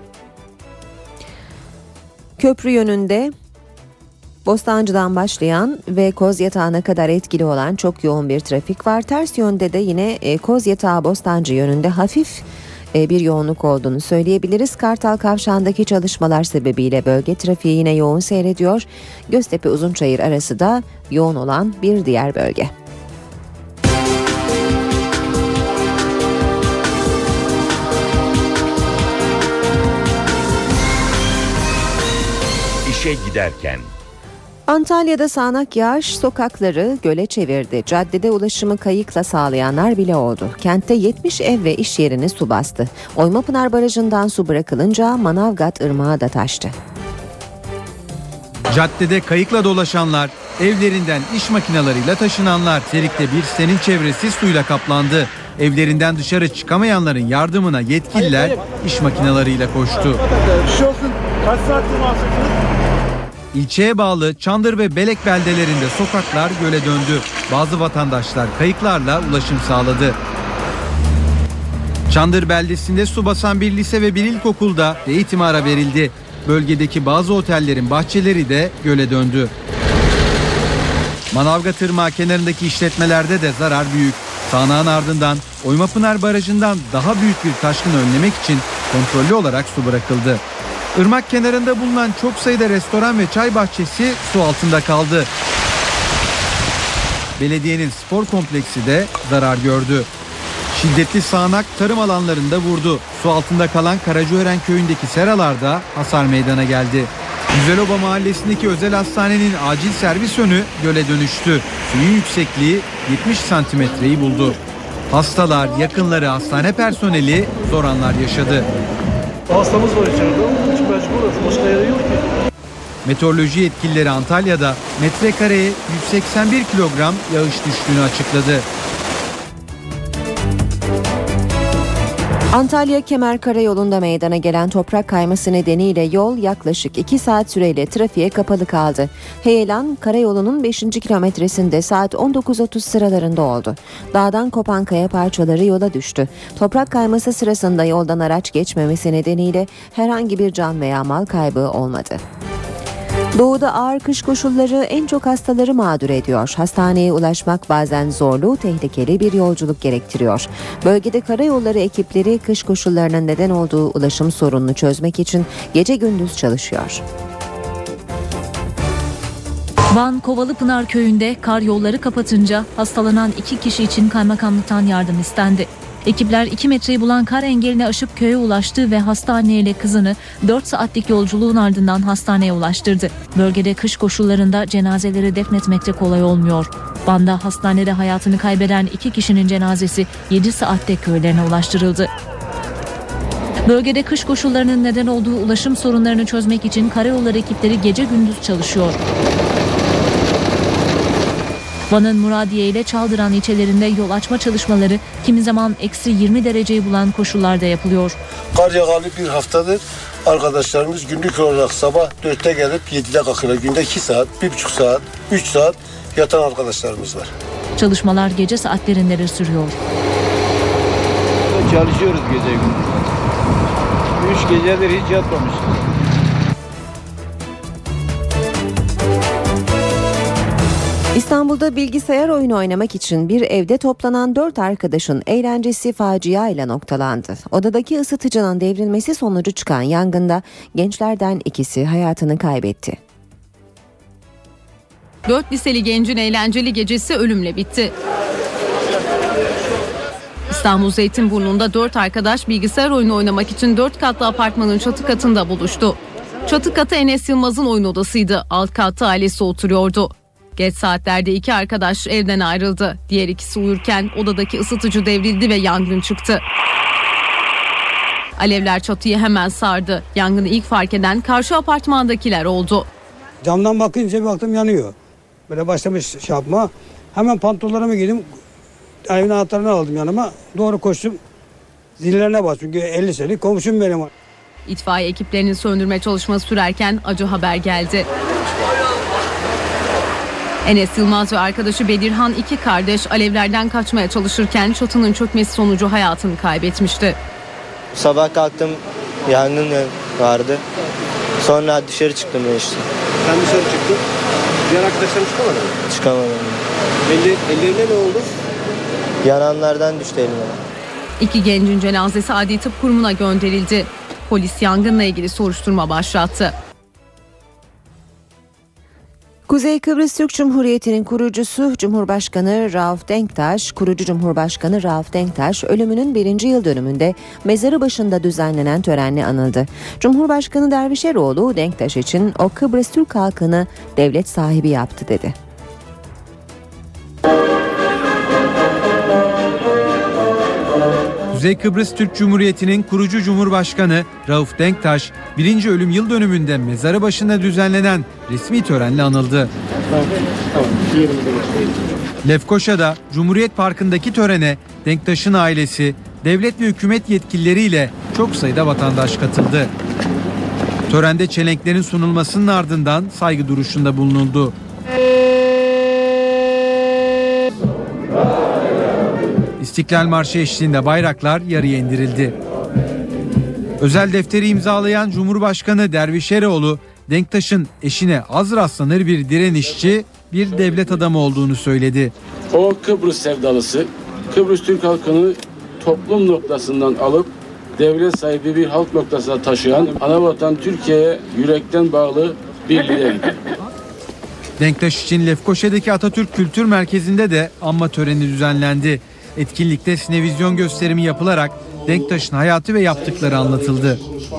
Köprü yönünde Bostancı'dan başlayan ve Kozyatağı'na kadar etkili olan çok yoğun bir trafik var. Ters yönde de yine Kozyatağı Bostancı yönünde hafif bir yoğunluk olduğunu söyleyebiliriz. Kartal Kavşağı'ndaki çalışmalar sebebiyle bölge trafiği yine yoğun seyrediyor. Göztepe Uzunçayır arası da yoğun olan bir diğer bölge.
İşe giderken.
Antalya'da sağanak yağış sokakları göle çevirdi. Caddede ulaşımı kayıkla sağlayanlar bile oldu. Kentte yetmiş ev ve iş yerini su bastı. Oymapınar Barajı'ndan su bırakılınca Manavgat Irmağı da taştı.
Caddede kayıkla dolaşanlar, evlerinden iş makinalarıyla taşınanlar, Serik'te bir sitenin çevresi suyla kaplandı. Evlerinden dışarı çıkamayanların yardımına yetkililer iş makinalarıyla koştu.
Kaç saattir bahsediyorsunuz?
İlçeye bağlı Çandır ve Belek beldelerinde sokaklar göle döndü. Bazı vatandaşlar kayıklarla ulaşım sağladı. Çandır beldesinde su basan bir lise ve bir ilkokulda eğitim ara verildi. Bölgedeki bazı otellerin bahçeleri de göle döndü. Manavgat Irmağı kenarındaki işletmelerde de zarar büyük. Sağanağın ardından Oymapınar Barajı'ndan daha büyük bir taşkını önlemek için kontrollü olarak su bırakıldı. Irmak kenarında bulunan çok sayıda restoran ve çay bahçesi su altında kaldı. Belediyenin spor kompleksi de zarar gördü. Şiddetli sağanak tarım alanlarında vurdu. Su altında kalan Karacaören köyündeki seralarda hasar meydana geldi. Güzeloba mahallesindeki özel hastanenin acil servis önü göle dönüştü. Suyun yüksekliği yetmiş santimetreyi buldu. Hastalar, yakınları, hastane personeli zor anlar yaşadı.
Hastamız var içeride. Mecburuz. Başka yere yok ki.
Meteoroloji yetkilileri Antalya'da metrekareye yüz seksen bir kilogram yağış düştüğünü açıkladı.
Antalya Kemer Karayolu'nda meydana gelen toprak kayması nedeniyle yol yaklaşık iki saat süreyle trafiğe kapalı kaldı. Heyelan Karayolu'nun beşinci kilometresinde saat on dokuz otuz sıralarında oldu. Dağdan kopan kaya parçaları yola düştü. Toprak kayması sırasında yoldan araç geçmemesi nedeniyle herhangi bir can veya mal kaybı olmadı. Doğuda ağır kış koşulları en çok hastaları mağdur ediyor. Hastaneye ulaşmak bazen zorlu, tehlikeli bir yolculuk gerektiriyor. Bölgede karayolları ekipleri kış koşullarının neden olduğu ulaşım sorununu çözmek için gece gündüz çalışıyor.
Van Kovalıpınar köyünde kar yolları kapatınca hastalanan iki kişi için kaymakamlıktan yardım istendi. Ekipler iki metreyi bulan kar engelini aşıp köye ulaştı ve hasta anneyle kızını dört saatlik yolculuğun ardından hastaneye ulaştırdı. Bölgede kış koşullarında cenazeleri defnetmekte kolay olmuyor. Van'da hastanede hayatını kaybeden iki kişinin cenazesi yedi saatte köylerine ulaştırıldı. Bölgede kış koşullarının neden olduğu ulaşım sorunlarını çözmek için karayolları ekipleri gece gündüz çalışıyor. Van'ın Muradiye ile Çaldıran ilçelerinde yol açma çalışmaları kimi zaman eksi yirmi dereceyi bulan koşullarda yapılıyor.
Kar yağalı bir haftadır arkadaşlarımız günlük olarak sabah dörtte gelip yedide kalkıyorlar. Günde iki saat, bir buçuk saat, üç saat yatan arkadaşlarımız var.
Çalışmalar gece saatlerinde de sürüyor.
Çalışıyoruz gece gündüz. Üç gecedir hiç yatmamışız.
İstanbul'da bilgisayar oyunu oynamak için bir evde toplanan dört arkadaşın eğlencesi facia ile noktalandı. Odadaki ısıtıcının devrilmesi sonucu çıkan yangında gençlerden ikisi hayatını kaybetti.
Dört liseli gencin eğlenceli gecesi ölümle bitti. İstanbul Zeytinburnu'nda dört arkadaş bilgisayar oyunu oynamak için dört katlı apartmanın çatı katında buluştu. Çatı katı Enes Yılmaz'ın oyun odasıydı. Alt katta ailesi oturuyordu. Geç saatlerde iki arkadaş evden ayrıldı. Diğer ikisi uyurken odadaki ısıtıcı devrildi ve yangın çıktı. Alevler çatıyı hemen sardı. Yangını ilk fark eden karşı apartmandakiler oldu.
Camdan bakınca bir baktım yanıyor. Böyle başlamış şey yapma. Hemen pantolonlarımı giydim. Evin anahtarını aldım yanıma. Doğru koştum. Zillerine bas. Çünkü elli senelik komşum benim.
İtfaiye ekiplerinin söndürme çalışması sürerken acı haber geldi. Enes Yılmaz ve arkadaşı Bedirhan iki kardeş alevlerden kaçmaya çalışırken çatının çökmesi sonucu hayatını kaybetmişti.
Sabah kalktım, yangın vardı. Sonra dışarı çıktım ben işte.
Sen dışarı çıktın. Diğer arkadaşlarım çıkamadı mı?
Çıkamadım.
Elleri, ellerine ne oldu?
Yananlardan düştü elime.
İki gencin cenazesi Adli Tıp Kurumu'na gönderildi. Polis yangınla ilgili soruşturma başlattı.
Kuzey Kıbrıs Türk Cumhuriyeti'nin kurucusu Cumhurbaşkanı Rauf Denktaş, kurucu Cumhurbaşkanı Rauf Denktaş ölümünün birinci yıl dönümünde mezarı başında düzenlenen törenle anıldı. Cumhurbaşkanı Dervişeroğlu Denktaş için o Kıbrıs Türk halkını devlet sahibi yaptı dedi.
Kuzey Kıbrıs Türk Cumhuriyeti'nin kurucu Cumhurbaşkanı Rauf Denktaş, birinci ölüm yıl dönümünde mezarı başında düzenlenen resmi törenle anıldı. Lefkoşa'da Cumhuriyet Parkı'ndaki törene Denktaş'ın ailesi, devlet ve hükümet yetkilileriyle çok sayıda vatandaş katıldı. Törende çelenklerin sunulmasının ardından saygı duruşunda bulunuldu. İstiklal Marşı eşliğinde bayraklar yarıya indirildi. Özel defteri imzalayan Cumhurbaşkanı Dervişeroğlu, Denktaş'ın eşine az rastlanır bir direnişçi, bir devlet adamı olduğunu söyledi.
O Kıbrıs sevdalısı, Kıbrıs Türk halkını toplum noktasından alıp devlet sahibi bir halk noktasına taşıyan, anavatan Türkiye'ye yürekten bağlı bir liderdi.
Denktaş için Lefkoşa'daki Atatürk Kültür Merkezi'nde de anma töreni düzenlendi. Etkinlikte sinevizyon gösterimi yapılarak Denktaş'ın hayatı ve yaptıkları anlatıldı.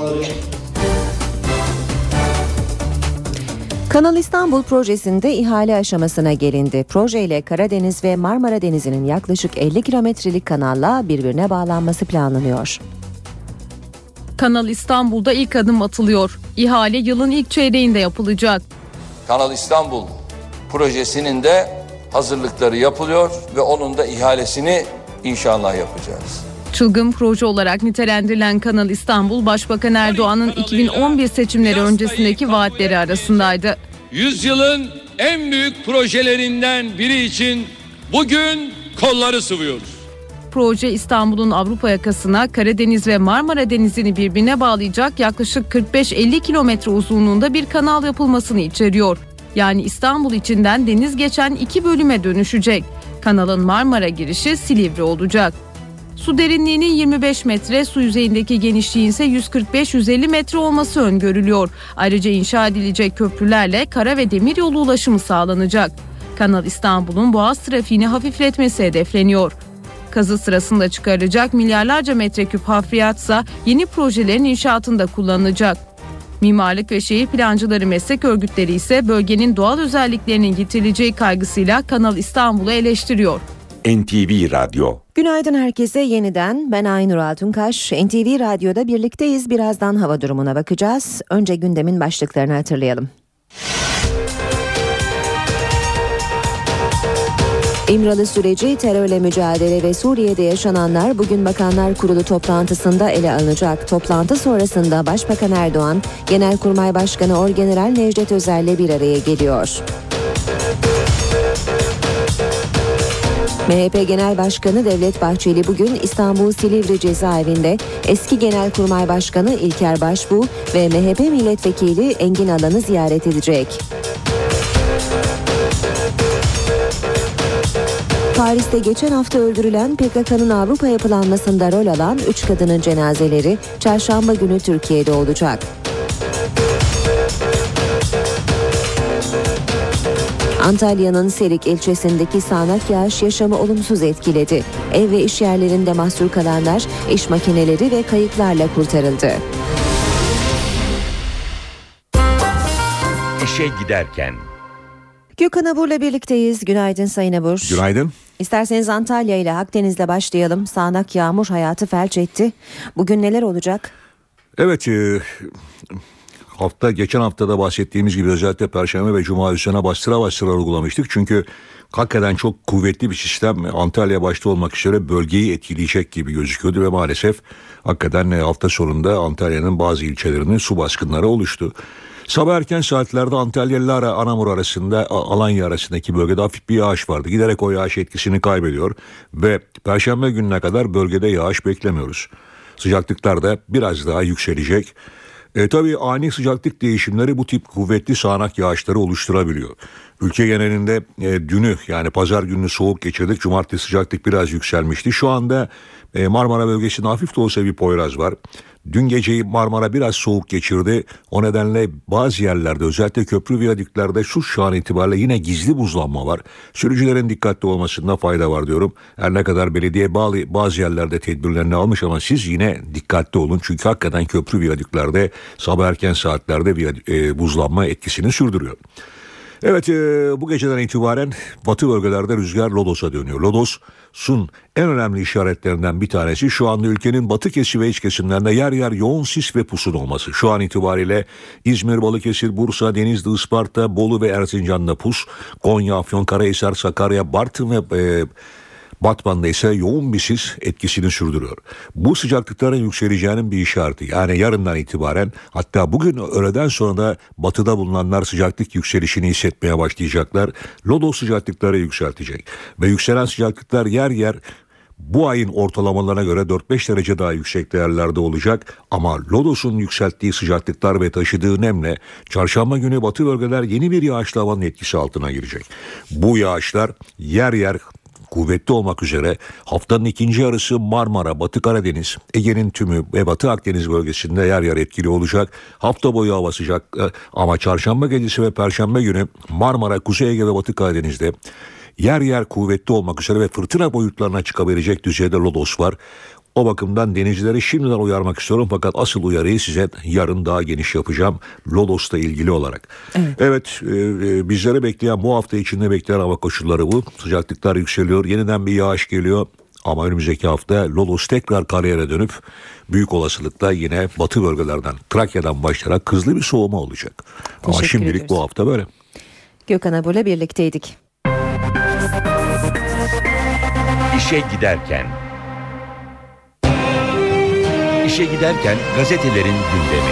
Kanal İstanbul projesinde ihale aşamasına gelindi. Projeyle Karadeniz ve Marmara Denizi'nin yaklaşık elli kilometrelik kanalla birbirine bağlanması planlanıyor.
Kanal İstanbul'da ilk adım atılıyor. İhale yılın ilk çeyreğinde yapılacak.
Kanal İstanbul projesinin de hazırlıkları yapılıyor ve onun da ihalesini inşallah yapacağız.
Çılgın proje olarak nitelendirilen Kanal İstanbul, Başbakan Erdoğan'ın iki bin on bir seçimleri öncesindeki vaatleri arasındaydı.
Yüzyılın en büyük projelerinden biri için bugün kolları sıvıyoruz.
Proje İstanbul'un Avrupa yakasına Karadeniz ve Marmara Denizi'ni birbirine bağlayacak yaklaşık kırk beş elli kilometre uzunluğunda bir kanal yapılmasını içeriyor. Yani İstanbul içinden deniz geçen iki bölüme dönüşecek. Kanalın Marmara girişi Silivri olacak. Su derinliğinin yirmi beş metre, su yüzeyindeki genişliğin ise yüz kırk beş yüz elli metre olması öngörülüyor. Ayrıca inşa edilecek köprülerle kara ve demiryolu ulaşımı sağlanacak. Kanal İstanbul'un boğaz trafiğini hafifletmesi hedefleniyor. Kazı sırasında çıkarılacak milyarlarca metreküp hafriyatsa yeni projelerin inşaatında kullanılacak. Mimarlık ve şehir plancıları meslek örgütleri ise bölgenin doğal özelliklerinin yitirileceği kaygısıyla Kanal İstanbul'u eleştiriyor.
N T V Radyo.
Günaydın herkese yeniden. Ben Aynur Altunkaş. N T V Radyo'da birlikteyiz. Birazdan hava durumuna bakacağız. Önce gündemin başlıklarını hatırlayalım. İmralı süreci, terörle mücadele ve Suriye'de yaşananlar bugün Bakanlar Kurulu toplantısında ele alınacak. Toplantı sonrasında Başbakan Erdoğan, Genelkurmay Başkanı Orgeneral Necdet Özel'le bir araya geliyor. M H P Genel Başkanı Devlet Bahçeli bugün İstanbul Silivri Cezaevinde eski Genelkurmay Başkanı İlker Başbuğ ve M H P Milletvekili Engin Alan'ı ziyaret edecek. Paris'te geçen hafta öldürülen P K K'nın Avrupa yapılanmasında rol alan üç kadının cenazeleri çarşamba günü Türkiye'de olacak. Antalya'nın Serik ilçesindeki sağanak yağış yaşamı olumsuz etkiledi. Ev ve iş yerlerinde mahsur kalanlar iş makineleri ve kayıklarla kurtarıldı.
İşe giderken.
Gökhan Abur'la birlikteyiz. Günaydın Sayın Abur.
Günaydın.
İsterseniz Antalya ile Akdeniz'le başlayalım. Sağanak yağmur hayatı felç etti. Bugün neler olacak?
Evet, e, hafta geçen haftada bahsettiğimiz gibi özellikle Perşembe ve Cuma üzerine bastıra bastıra uygulamıştık. Çünkü hakikaten çok kuvvetli bir sistem Antalya başta olmak üzere bölgeyi etkileyecek gibi gözüküyordu ve maalesef hakikaten hafta sonunda Antalya'nın bazı ilçelerinin su baskınları oluştu. Sabah erken saatlerde Antalya ile Anamur arasında, Alanya arasındaki bölgede hafif bir yağış vardı. Giderek o yağış etkisini kaybediyor ve Perşembe gününe kadar bölgede yağış beklemiyoruz. Sıcaklıklar da biraz daha yükselecek. E, tabii ani sıcaklık değişimleri bu tip kuvvetli sağanak yağışları oluşturabiliyor. Ülke genelinde e, dünü yani pazar gününü soğuk geçirdik. Cumartesi sıcaklık biraz yükselmişti. Şu anda e, Marmara bölgesinde hafif de olsa bir Poyraz var. Dün geceyi Marmara biraz soğuk geçirdi. O nedenle bazı yerlerde özellikle köprü viyadüklerde şu an itibariyle yine gizli buzlanma var. Sürücülerin dikkatli olmasında fayda var diyorum. Her ne kadar belediye bazı, bazı yerlerde tedbirlerini almış ama siz yine dikkatli olun. Çünkü hakikaten köprü viyadüklerde sabah erken saatlerde viyadük, e, buzlanma etkisini sürdürüyor. Evet, e, bu geceden itibaren batı bölgelerde rüzgar Lodos'a dönüyor. Lodos'un en önemli işaretlerinden bir tanesi şu anda ülkenin batı kesim ve iç kesimlerinde yer yer yoğun sis ve pusun olması. Şu an itibariyle İzmir, Balıkesir, Bursa, Denizli, Isparta, Bolu ve Erzincan'da pus, Konya, Afyonkarahisar, Sakarya, Bartın ve e, Batman'da ise yoğun bir sis etkisini sürdürüyor. Bu sıcaklıkların yükseleceğinin bir işareti. Yani yarından itibaren, hatta bugün öğleden sonra da batıda bulunanlar sıcaklık yükselişini hissetmeye başlayacaklar. Lodos sıcaklıkları yükseltecek. Ve yükselen sıcaklıklar yer yer bu ayın ortalamalarına göre dört beş derece daha yüksek değerlerde olacak. Ama Lodos'un yükselttiği sıcaklıklar ve taşıdığı nemle çarşamba günü batı bölgeler yeni bir yağışlı havanın etkisi altına girecek. Bu yağışlar yer yer kuvvetli olmak üzere haftanın ikinci yarısı Marmara, Batı Karadeniz, Ege'nin tümü ve Batı Akdeniz bölgesinde yer yer etkili olacak. Hafta boyu hava sıcak ama çarşamba gecesi ve perşembe günü Marmara, Kuzey Ege ve Batı Karadeniz'de yer yer kuvvetli olmak üzere ve fırtına boyutlarına çıkabilecek düzeyde lodos var. O bakımdan denizcileri şimdiden uyarmak istiyorum fakat asıl uyarıyı size yarın daha geniş yapacağım Lodos'la ilgili olarak. Evet, evet e, bizlere bekleyen bu hafta içinde bekleyen hava koşulları bu. Sıcaklıklar yükseliyor, yeniden bir yağış geliyor ama önümüzdeki hafta Lodos tekrar kariyere dönüp büyük olasılıkla yine batı bölgelerden, Trakya'dan başlayarak hızlı bir soğuma olacak. Teşekkür ama şimdilik ediyoruz. Bu hafta böyle.
Gökhan Abur'la birlikteydik.
İşe giderken. İşe giderken gazetelerin gündemi.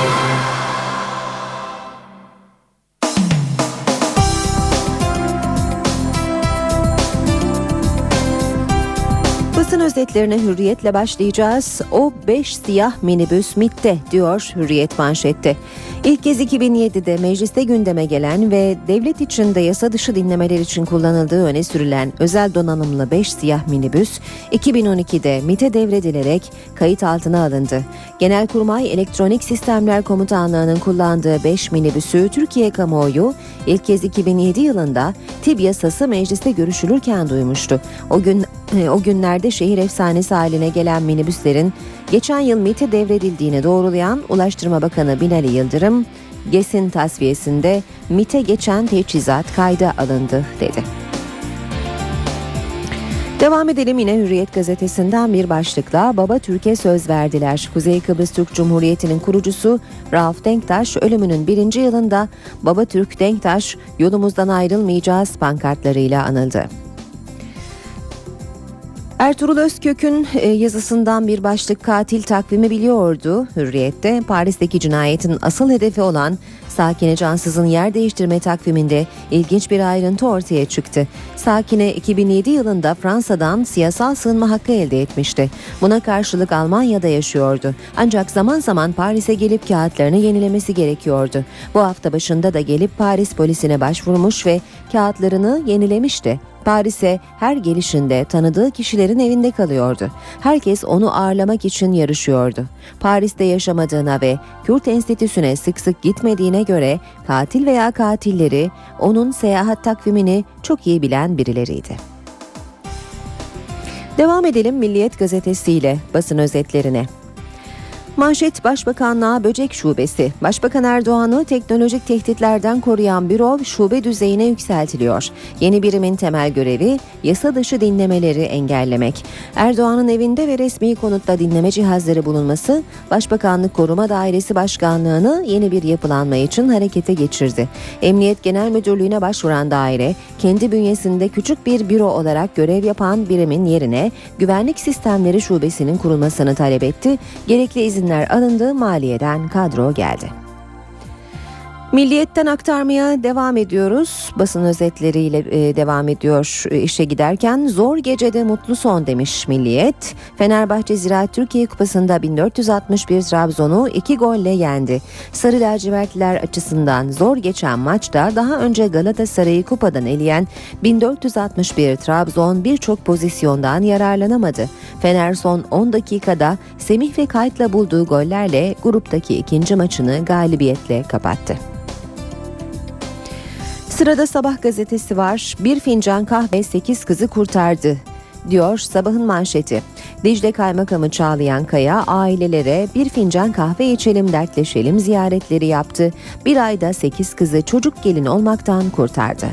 Basın özetlerine Hürriyet'le başlayacağız. O beş siyah minibüs MİT'te diyor Hürriyet manşette. İlk kez iki bin yedide mecliste gündeme gelen ve devlet içinde yasa dışı dinlemeler için kullanıldığı öne sürülen özel donanımlı beş siyah minibüs iki bin on ikide MİT'e devredilerek kayıt altına alındı. Genelkurmay Elektronik Sistemler Komutanlığı'nın kullandığı beş minibüsü Türkiye kamuoyu ilk kez iki bin yedi yılında TİB yasası mecliste görüşülürken duymuştu. O gün o günlerde şehir efsanesi haline gelen minibüslerin geçen yıl MİT'e devredildiğini doğrulayan Ulaştırma Bakanı Binali Yıldırım, GES'in tasfiyesinde MİT'e geçen teçhizat kayda alındı dedi. Devam edelim yine Hürriyet gazetesinden bir başlıkla Baba Türk'e söz verdiler. Kuzey Kıbrıs Türk Cumhuriyeti'nin kurucusu Rauf Denktaş ölümünün birinci yılında Baba Türk Denktaş yolumuzdan ayrılmayacağız pankartlarıyla anıldı. Ertuğrul Özkök'ün yazısından bir başlık katil takvimi biliyordu. Hürriyet'te Paris'teki cinayetin asıl hedefi olan Sakine Cansız'ın yer değiştirme takviminde ilginç bir ayrıntı ortaya çıktı. Sakine iki bin yedi yılında Fransa'dan siyasal sığınma hakkı elde etmişti. Buna karşılık Almanya'da yaşıyordu. Ancak zaman zaman Paris'e gelip kağıtlarını yenilemesi gerekiyordu. Bu hafta başında da gelip Paris polisine başvurmuş ve kağıtlarını yenilemişti. Paris'e her gelişinde tanıdığı kişilerin evinde kalıyordu. Herkes onu ağırlamak için yarışıyordu. Paris'te yaşamadığına ve Kürt Enstitüsü'ne sık sık gitmediğine göre katil veya katilleri onun seyahat takvimini çok iyi bilen birileriydi. Devam edelim Milliyet gazetesiyle basın özetlerine. Manşet Başbakanlığa Böcek Şubesi. Başbakan Erdoğan'ı teknolojik tehditlerden koruyan büro şube düzeyine yükseltiliyor. Yeni birimin temel görevi yasa dışı dinlemeleri engellemek. Erdoğan'ın evinde ve resmi konutta dinleme cihazları bulunması Başbakanlık Koruma Dairesi Başkanlığı'nı yeni bir yapılanma için harekete geçirdi. Emniyet Genel Müdürlüğü'ne başvuran daire kendi bünyesinde küçük bir büro olarak görev yapan birimin yerine Güvenlik Sistemleri Şubesi'nin kurulmasını talep etti. Gerekli izin alındı, maliyeden kadro geldi. Milliyet'ten aktarmaya devam ediyoruz. Basın özetleriyle e, devam ediyor. İşe giderken zor gecede mutlu son demiş Milliyet. Fenerbahçe Ziraat Türkiye Kupası'nda bin dört yüz altmış bir Trabzon'u iki golle yendi. Sarı lacivertliler açısından zor geçen maçta daha önce Galatasaray'ı kupadan eleyen bin dört yüz altmış bir Trabzon birçok pozisyondan yararlanamadı. Fener son on dakikada Semih ve Kayt'la bulduğu gollerle gruptaki ikinci maçını galibiyetle kapattı. Sırada Sabah gazetesi var. Bir fincan kahve sekiz kızı kurtardı diyor Sabah'ın manşeti. Dicle Kaymakamı Çağlayan Kaya ailelere bir fincan kahve içelim dertleşelim ziyaretleri yaptı. Bir ayda sekiz kızı çocuk gelin olmaktan kurtardı.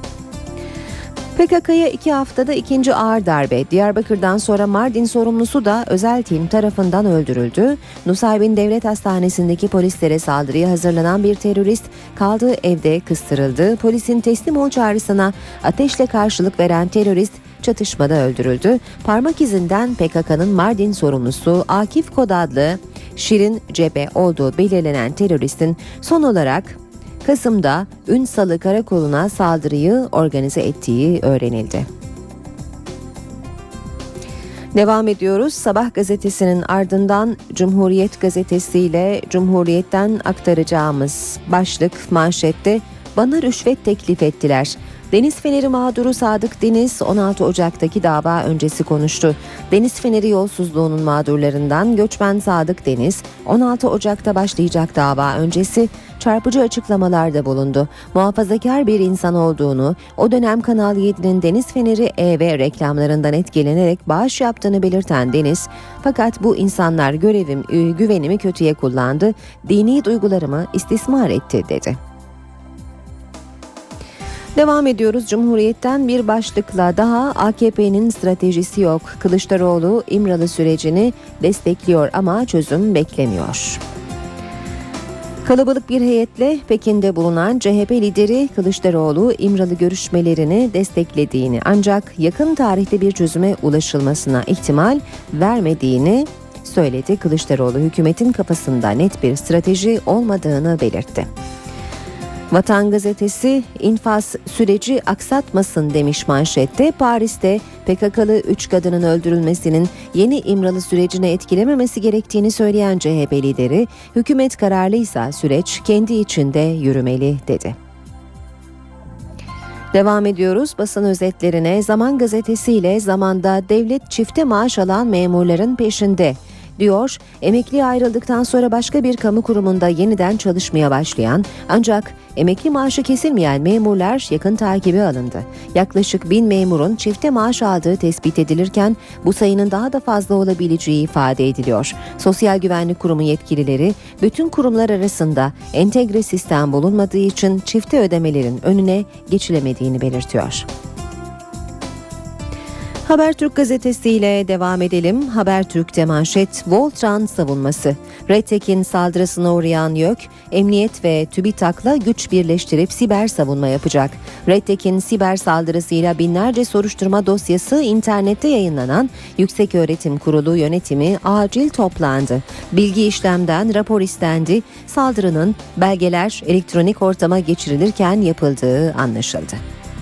P K K'ya iki haftada ikinci ağır darbe. Diyarbakır'dan sonra Mardin sorumlusu da özel tim tarafından öldürüldü. Nusaybin Devlet Hastanesi'ndeki polislere saldırıya hazırlanan bir terörist kaldığı evde kıstırıldı. Polisin teslim ol çağrısına ateşle karşılık veren terörist çatışmada öldürüldü. Parmak izinden P K K'nın Mardin sorumlusu Akif Kod adlı Şirin Cebe olduğu belirlenen teröristin son olarak Kasım'da Ünsalı Karakolu'na saldırıyı organize ettiği öğrenildi. Devam ediyoruz. Sabah gazetesinin ardından Cumhuriyet gazetesiyle Cumhuriyet'ten aktaracağımız başlık manşette bana rüşvet teklif ettiler. Deniz Feneri mağduru Sadık Deniz on altı Ocak'taki dava öncesi konuştu. Deniz Feneri yolsuzluğunun mağdurlarından göçmen Sadık Deniz on altı Ocak'ta başlayacak dava öncesi çarpıcı açıklamalarda bulundu. Muhafazakar bir insan olduğunu, o dönem Kanal yedi'nin Deniz Feneri E V reklamlarından etkilenerek bağış yaptığını belirten Deniz, fakat bu insanlar görevim, güvenimi kötüye kullandı, dini duygularımı istismar etti dedi. Devam ediyoruz. Cumhuriyet'ten bir başlıkla daha A K P'nin stratejisi yok. Kılıçdaroğlu İmralı sürecini destekliyor ama çözüm beklemiyor. Kalabalık bir heyetle Pekin'de bulunan C H P lideri Kılıçdaroğlu İmralı görüşmelerini desteklediğini ancak yakın tarihte bir çözüme ulaşılmasına ihtimal vermediğini söyledi. Kılıçdaroğlu hükümetin kafasında net bir strateji olmadığını belirtti. Vatan gazetesi infaz süreci aksatmasın demiş manşette. Paris'te P K K'lı üç kadının öldürülmesinin yeni İmralı sürecine etkilememesi gerektiğini söyleyen C H P lideri, hükümet kararlıysa süreç kendi içinde yürümeli dedi. Devam ediyoruz basın özetlerine. Zaman gazetesiyle zamanda devlet çifte maaş alan memurların peşinde diyor. Emekliye ayrıldıktan sonra başka bir kamu kurumunda yeniden çalışmaya başlayan ancak emekli maaşı kesilmeyen memurlar yakın takibe alındı. Yaklaşık bin memurun çifte maaş aldığı tespit edilirken bu sayının daha da fazla olabileceği ifade ediliyor. Sosyal Güvenlik Kurumu yetkilileri bütün kurumlar arasında entegre sistem bulunmadığı için çifte ödemelerin önüne geçilemediğini belirtiyor. Habertürk gazetesiyle devam edelim. Habertürk'te manşet Voltran savunması. Redtek'in saldırısına uğrayan YÖK, Emniyet ve TÜBİTAK'la güç birleştirip siber savunma yapacak. Redtek'in siber saldırısıyla binlerce soruşturma dosyası internette yayınlanan Yükseköğretim Kurulu yönetimi acil toplandı. Bilgi işlemden rapor istendi. Saldırının belgeler elektronik ortama geçirilirken yapıldığı anlaşıldı.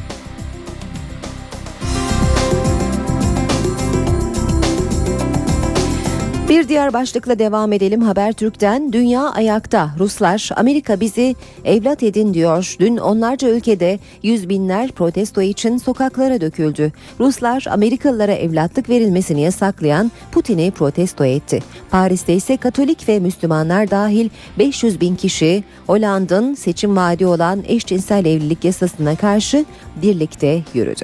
Bir diğer başlıkla devam edelim. Habertürk'ten dünya ayakta. Ruslar Amerika bizi evlat edin diyor. Dün onlarca ülkede yüz binler protesto için sokaklara döküldü. Ruslar Amerikalılara evlatlık verilmesini yasaklayan Putin'i protesto etti. Paris'te ise Katolik ve Müslümanlar dahil beş yüz bin kişi Hollanda'nın seçim vaadi olan eşcinsel evlilik yasasına karşı birlikte yürüdü.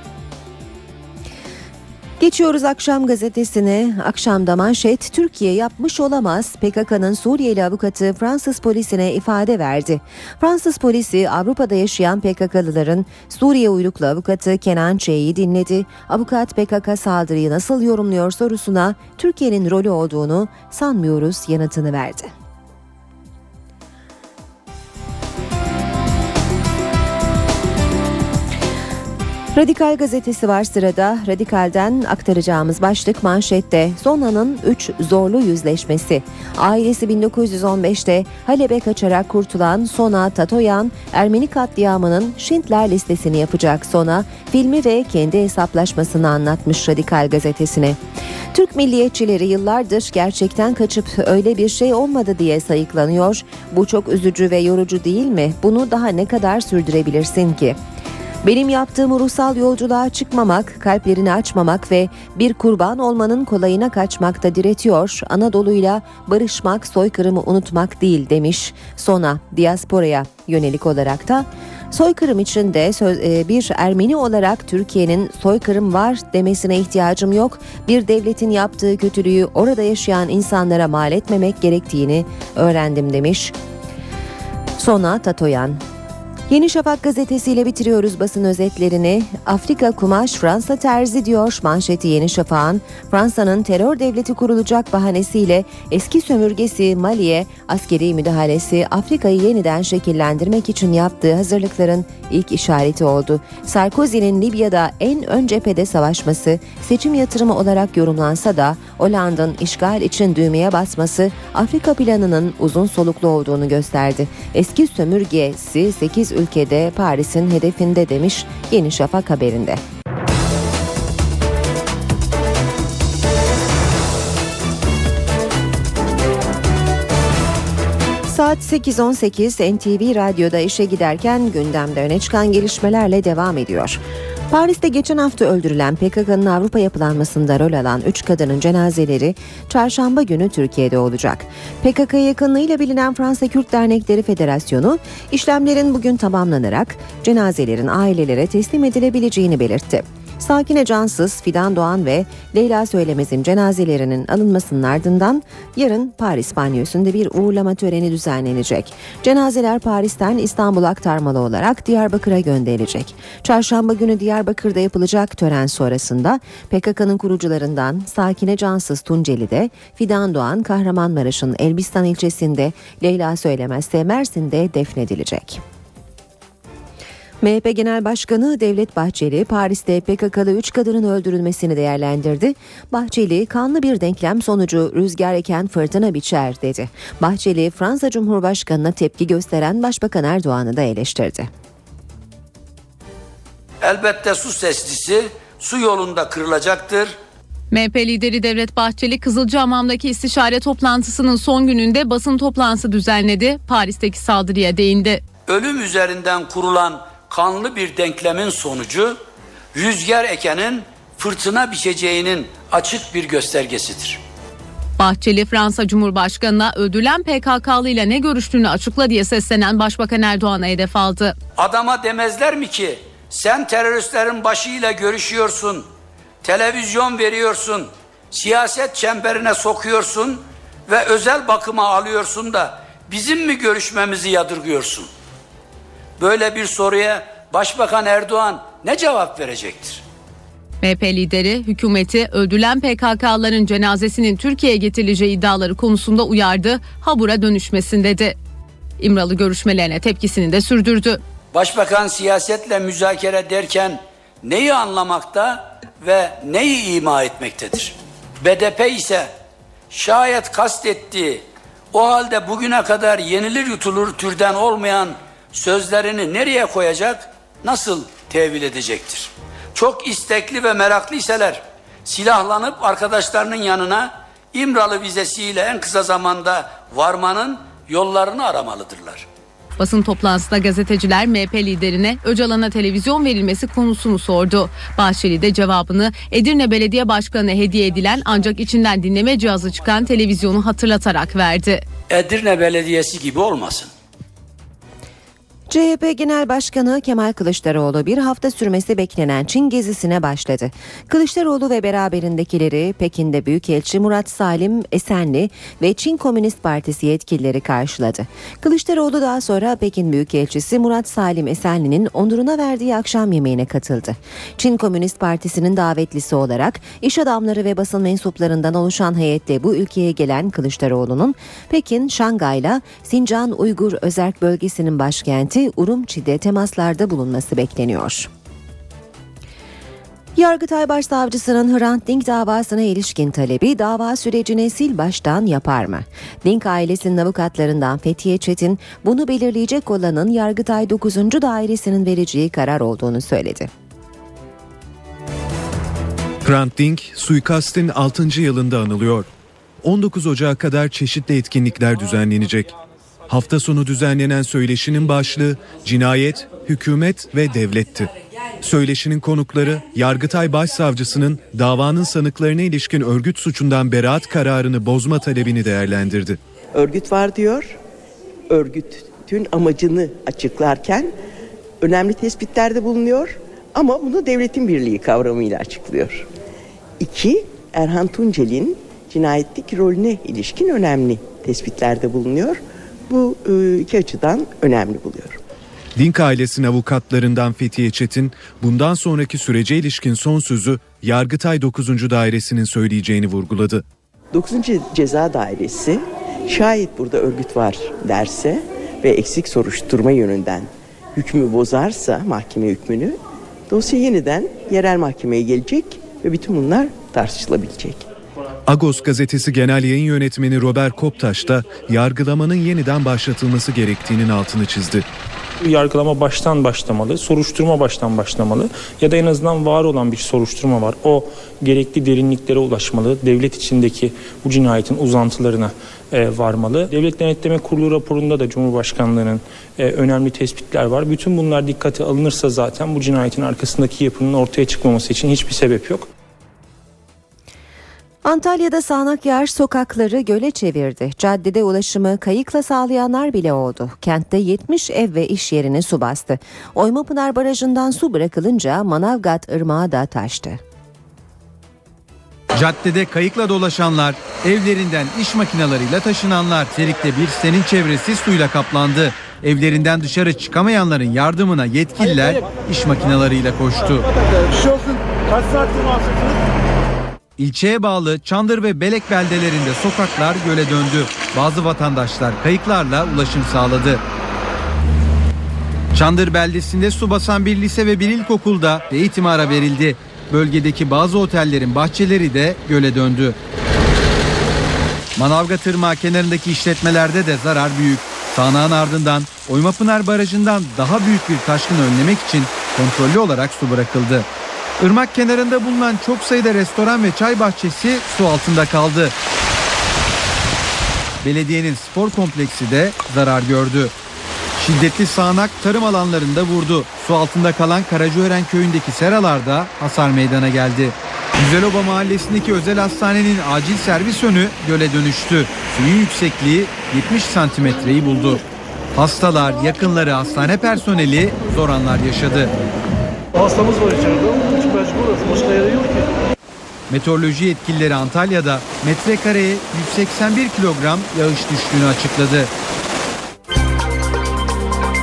Geçiyoruz Akşam gazetesine. Akşamda manşet Türkiye yapmış olamaz. P K K'nın Suriyeli avukatı Fransız polisine ifade verdi. Fransız polisi Avrupa'da yaşayan P K K'lıların Suriye uyruklu avukatı Kenan Ç'yi dinledi. Avukat P K K saldırıyı nasıl yorumluyor sorusuna Türkiye'nin rolü olduğunu sanmıyoruz yanıtını verdi. Radikal gazetesi var sırada. Radikal'den aktaracağımız başlık manşette Zona'nın üç zorlu yüzleşmesi. Ailesi bin dokuz yüz on beşte Halep'e kaçarak kurtulan Sona Tatoyan, Ermeni katliamının Schindler listesini yapacak. Sona, filmi ve kendi hesaplaşmasını anlatmış Radikal gazetesine. Türk milliyetçileri yıllardır gerçekten kaçıp öyle bir şey olmadı diye sayıklanıyor. Bu çok üzücü ve yorucu değil mi? Bunu daha ne kadar sürdürebilirsin ki? Benim yaptığım ruhsal yolculuğa çıkmamak, kalplerini açmamak ve bir kurban olmanın kolayına kaçmakta diretiyor. Anadolu'yla barışmak, soykırımı unutmak değil demiş. Sona, diasporaya yönelik olarak da soykırım içinde bir Ermeni olarak Türkiye'nin soykırım var demesine ihtiyacım yok. Bir devletin yaptığı kötülüğü orada yaşayan insanlara mal etmemek gerektiğini öğrendim demiş. Sona Tatoyan. Yeni Şafak gazetesiyle bitiriyoruz basın özetlerini. Afrika kumaş Fransa terzi diyor manşeti Yeni Şafak'ın. Fransa'nın terör devleti kurulacak bahanesiyle eski sömürgesi Mali'ye askeri müdahalesi Afrika'yı yeniden şekillendirmek için yaptığı hazırlıkların ilk işareti oldu. Sarkozy'nin Libya'da en ön cephede savaşması seçim yatırımı olarak yorumlansa da Hollanda'nın işgal için düğmeye basması Afrika planının uzun soluklu olduğunu gösterdi. Eski sömürgesi sekiz ülkede Paris'in hedefinde demiş Yeni Şafak haberinde. Saat sekiz on sekiz N T V Radyo'da işe giderken gündemde öne çıkan gelişmelerle devam ediyor. Paris'te geçen hafta öldürülen P K K'nın Avrupa yapılanmasında rol alan üç kadının cenazeleri çarşamba günü Türkiye'de olacak. P K K yakınlığıyla bilinen Fransa Kürt Dernekleri Federasyonu işlemlerin bugün tamamlanarak cenazelerin ailelere teslim edilebileceğini belirtti. Sakine Cansız, Fidan Doğan ve Leyla Söylemez'in cenazelerinin alınmasının ardından yarın Paris banyosunda bir uğurlama töreni düzenlenecek. Cenazeler Paris'ten İstanbul'a aktarmalı olarak Diyarbakır'a gönderilecek. Çarşamba günü Diyarbakır'da yapılacak tören sonrasında P K K'nın kurucularından Sakine Cansız Tunceli'de, Fidan Doğan Kahramanmaraş'ın Elbistan ilçesinde, Leyla Söylemez de Mersin'de defnedilecek. M H P Genel Başkanı Devlet Bahçeli, Paris'te P K K'lı üç kadının öldürülmesini değerlendirdi. Bahçeli, kanlı bir denklem sonucu rüzgar eken fırtına biçer dedi. Bahçeli, Fransa Cumhurbaşkanı'na tepki gösteren Başbakan Erdoğan'ı da eleştirdi.
Elbette su sescisi su yolunda kırılacaktır.
M H P lideri Devlet Bahçeli, Kızılcahamam'daki istişare toplantısının son gününde basın toplantısı düzenledi. Paris'teki saldırıya değindi.
Ölüm üzerinden kurulan kanlı bir denklemin sonucu rüzgar ekenin fırtına biçeceğinin açık bir göstergesidir.
Bahçeli, Fransa Cumhurbaşkanı'na öldürülen P K K'lı ile ne görüştüğünü açıkla diye seslenen Başbakan Erdoğan'a hedef aldı.
Adama demezler mi ki sen teröristlerin başıyla görüşüyorsun, televizyon veriyorsun, siyaset çemberine sokuyorsun ve özel bakıma alıyorsun da bizim mi görüşmemizi yadırgıyorsun? Böyle bir soruya Başbakan Erdoğan ne cevap verecektir?
M H P lideri hükümeti öldürülen P K K'lıların cenazesinin Türkiye'ye getirileceği iddiaları konusunda uyardı, habura dönüşmesin dedi. İmralı görüşmelerine tepkisini de sürdürdü.
Başbakan siyasetle müzakere derken neyi anlamakta ve neyi ima etmektedir? B D P ise şayet kastettiği, o halde bugüne kadar yenilir yutulur türden olmayan sözlerini nereye koyacak, nasıl tevil edecektir? Çok istekli ve meraklıyseler silahlanıp arkadaşlarının yanına İmralı vizesiyle en kısa zamanda varmanın yollarını aramalıdırlar.
Basın toplantısında gazeteciler M H P liderine Öcalan'a televizyon verilmesi konusunu sordu. Bahçeli de cevabını Edirne Belediye Başkanı'na hediye edilen ancak içinden dinleme cihazı çıkan televizyonu hatırlatarak verdi.
Edirne Belediyesi gibi olmasın.
C H P Genel Başkanı Kemal Kılıçdaroğlu bir hafta sürmesi beklenen Çin gezisine başladı. Kılıçdaroğlu ve beraberindekileri Pekin'de Büyükelçi Murat Salim Esenli ve Çin Komünist Partisi yetkilileri karşıladı. Kılıçdaroğlu daha sonra Pekin Büyükelçisi Murat Salim Esenli'nin onuruna verdiği akşam yemeğine katıldı. Çin Komünist Partisi'nin davetlisi olarak iş adamları ve basın mensuplarından oluşan heyetle bu ülkeye gelen Kılıçdaroğlu'nun Pekin, Şangay'la Sincan Uygur Özerk Bölgesi'nin başkenti Urumçi'de temaslarda bulunması bekleniyor. Yargıtay Başsavcısının Hrant Dink davasına ilişkin talebi dava sürecini sil baştan yapar mı? Dink ailesinin avukatlarından Fethiye Çetin bunu belirleyecek olanın Yargıtay dokuzuncu Dairesi'nin vereceği karar olduğunu söyledi.
Hrant Dink suikastin altıncı yılında anılıyor. on dokuz Ocağı kadar çeşitli etkinlikler düzenlenecek. Hafta sonu düzenlenen söyleşinin başlığı cinayet, hükümet ve devletti. Söyleşinin konukları Yargıtay Başsavcısının davanın sanıklarına ilişkin örgüt suçundan beraat kararını bozma talebini değerlendirdi.
Örgüt var diyor, örgütün amacını açıklarken önemli tespitlerde bulunuyor ama bunu devletin birliği kavramıyla açıklıyor. İki, Erhan Tuncel'in cinayetteki rolüne ilişkin önemli tespitlerde bulunuyor. Bu iki açıdan önemli buluyorum.
Dink ailesinin avukatlarından Fethiye Çetin, bundan sonraki sürece ilişkin son sözü Yargıtay dokuzuncu Dairesi'nin söyleyeceğini vurguladı.
dokuzuncu Ceza Dairesi şayet burada örgüt var derse ve eksik soruşturma yönünden hükmü bozarsa mahkeme hükmünü, dosya yeniden yerel mahkemeye gelecek ve bütün bunlar tartışılabilecek.
Agos gazetesi genel yayın yönetmeni Robert Koptaş da yargılamanın yeniden başlatılması gerektiğinin altını çizdi.
Yargılama baştan başlamalı, soruşturma baştan başlamalı ya da en azından var olan bir soruşturma var. O gerekli derinliklere ulaşmalı, devlet içindeki bu cinayetin uzantılarına e, varmalı. Devlet Denetleme Kurulu raporunda da Cumhurbaşkanlığı'nın e, önemli tespitler var. Bütün bunlar dikkate alınırsa zaten bu cinayetin arkasındaki yapının ortaya çıkmaması için hiçbir sebep yok.
Antalya'da sağanak yağış sokakları göle çevirdi. Caddede ulaşımı kayıkla sağlayanlar bile oldu. Kentte yetmiş ev ve iş yerini su bastı. Oymapınar Barajı'ndan su bırakılınca Manavgat Irmağı da taştı.
Caddede kayıkla dolaşanlar, evlerinden iş makinalarıyla taşınanlar, Serik'te bir senin çevresi suyla kaplandı. Evlerinden dışarı çıkamayanların yardımına yetkililer iş makinalarıyla koştu.
Kaç saattir mahsusunuz?
İlçeye bağlı Çandır ve Belek beldelerinde sokaklar göle döndü. Bazı vatandaşlar kayıklarla ulaşım sağladı. Çandır beldesinde su basan bir lise ve bir ilkokulda eğitim ara verildi. Bölgedeki bazı otellerin bahçeleri de göle döndü. Manavgat Irmağı kenarındaki işletmelerde de zarar büyük. Sağanağın ardından Oymapınar Barajı'ndan daha büyük bir taşkını önlemek için kontrollü olarak su bırakıldı. Irmak kenarında bulunan çok sayıda restoran ve çay bahçesi su altında kaldı. Belediyenin spor kompleksi de zarar gördü. Şiddetli sağanak tarım alanlarında vurdu. Su altında kalan Karacaören köyündeki seralarda hasar meydana geldi. Güzeloba mahallesindeki özel hastanenin acil servis önü göle dönüştü. Suyun yüksekliği yetmiş santimetreyi buldu. Hastalar, yakınları, hastane personeli zor anlar yaşadı.
Hastamız var içeride. Mecburuz. Başka yere yok ki.
Meteoroloji yetkilileri Antalya'da metrekareye yüz seksen bir kilogram yağış düştüğünü açıkladı.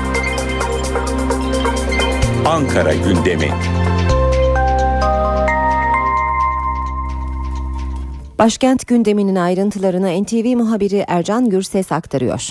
Ankara gündemi.
Başkent gündeminin ayrıntılarını N T V muhabiri Ercan Gürses aktarıyor.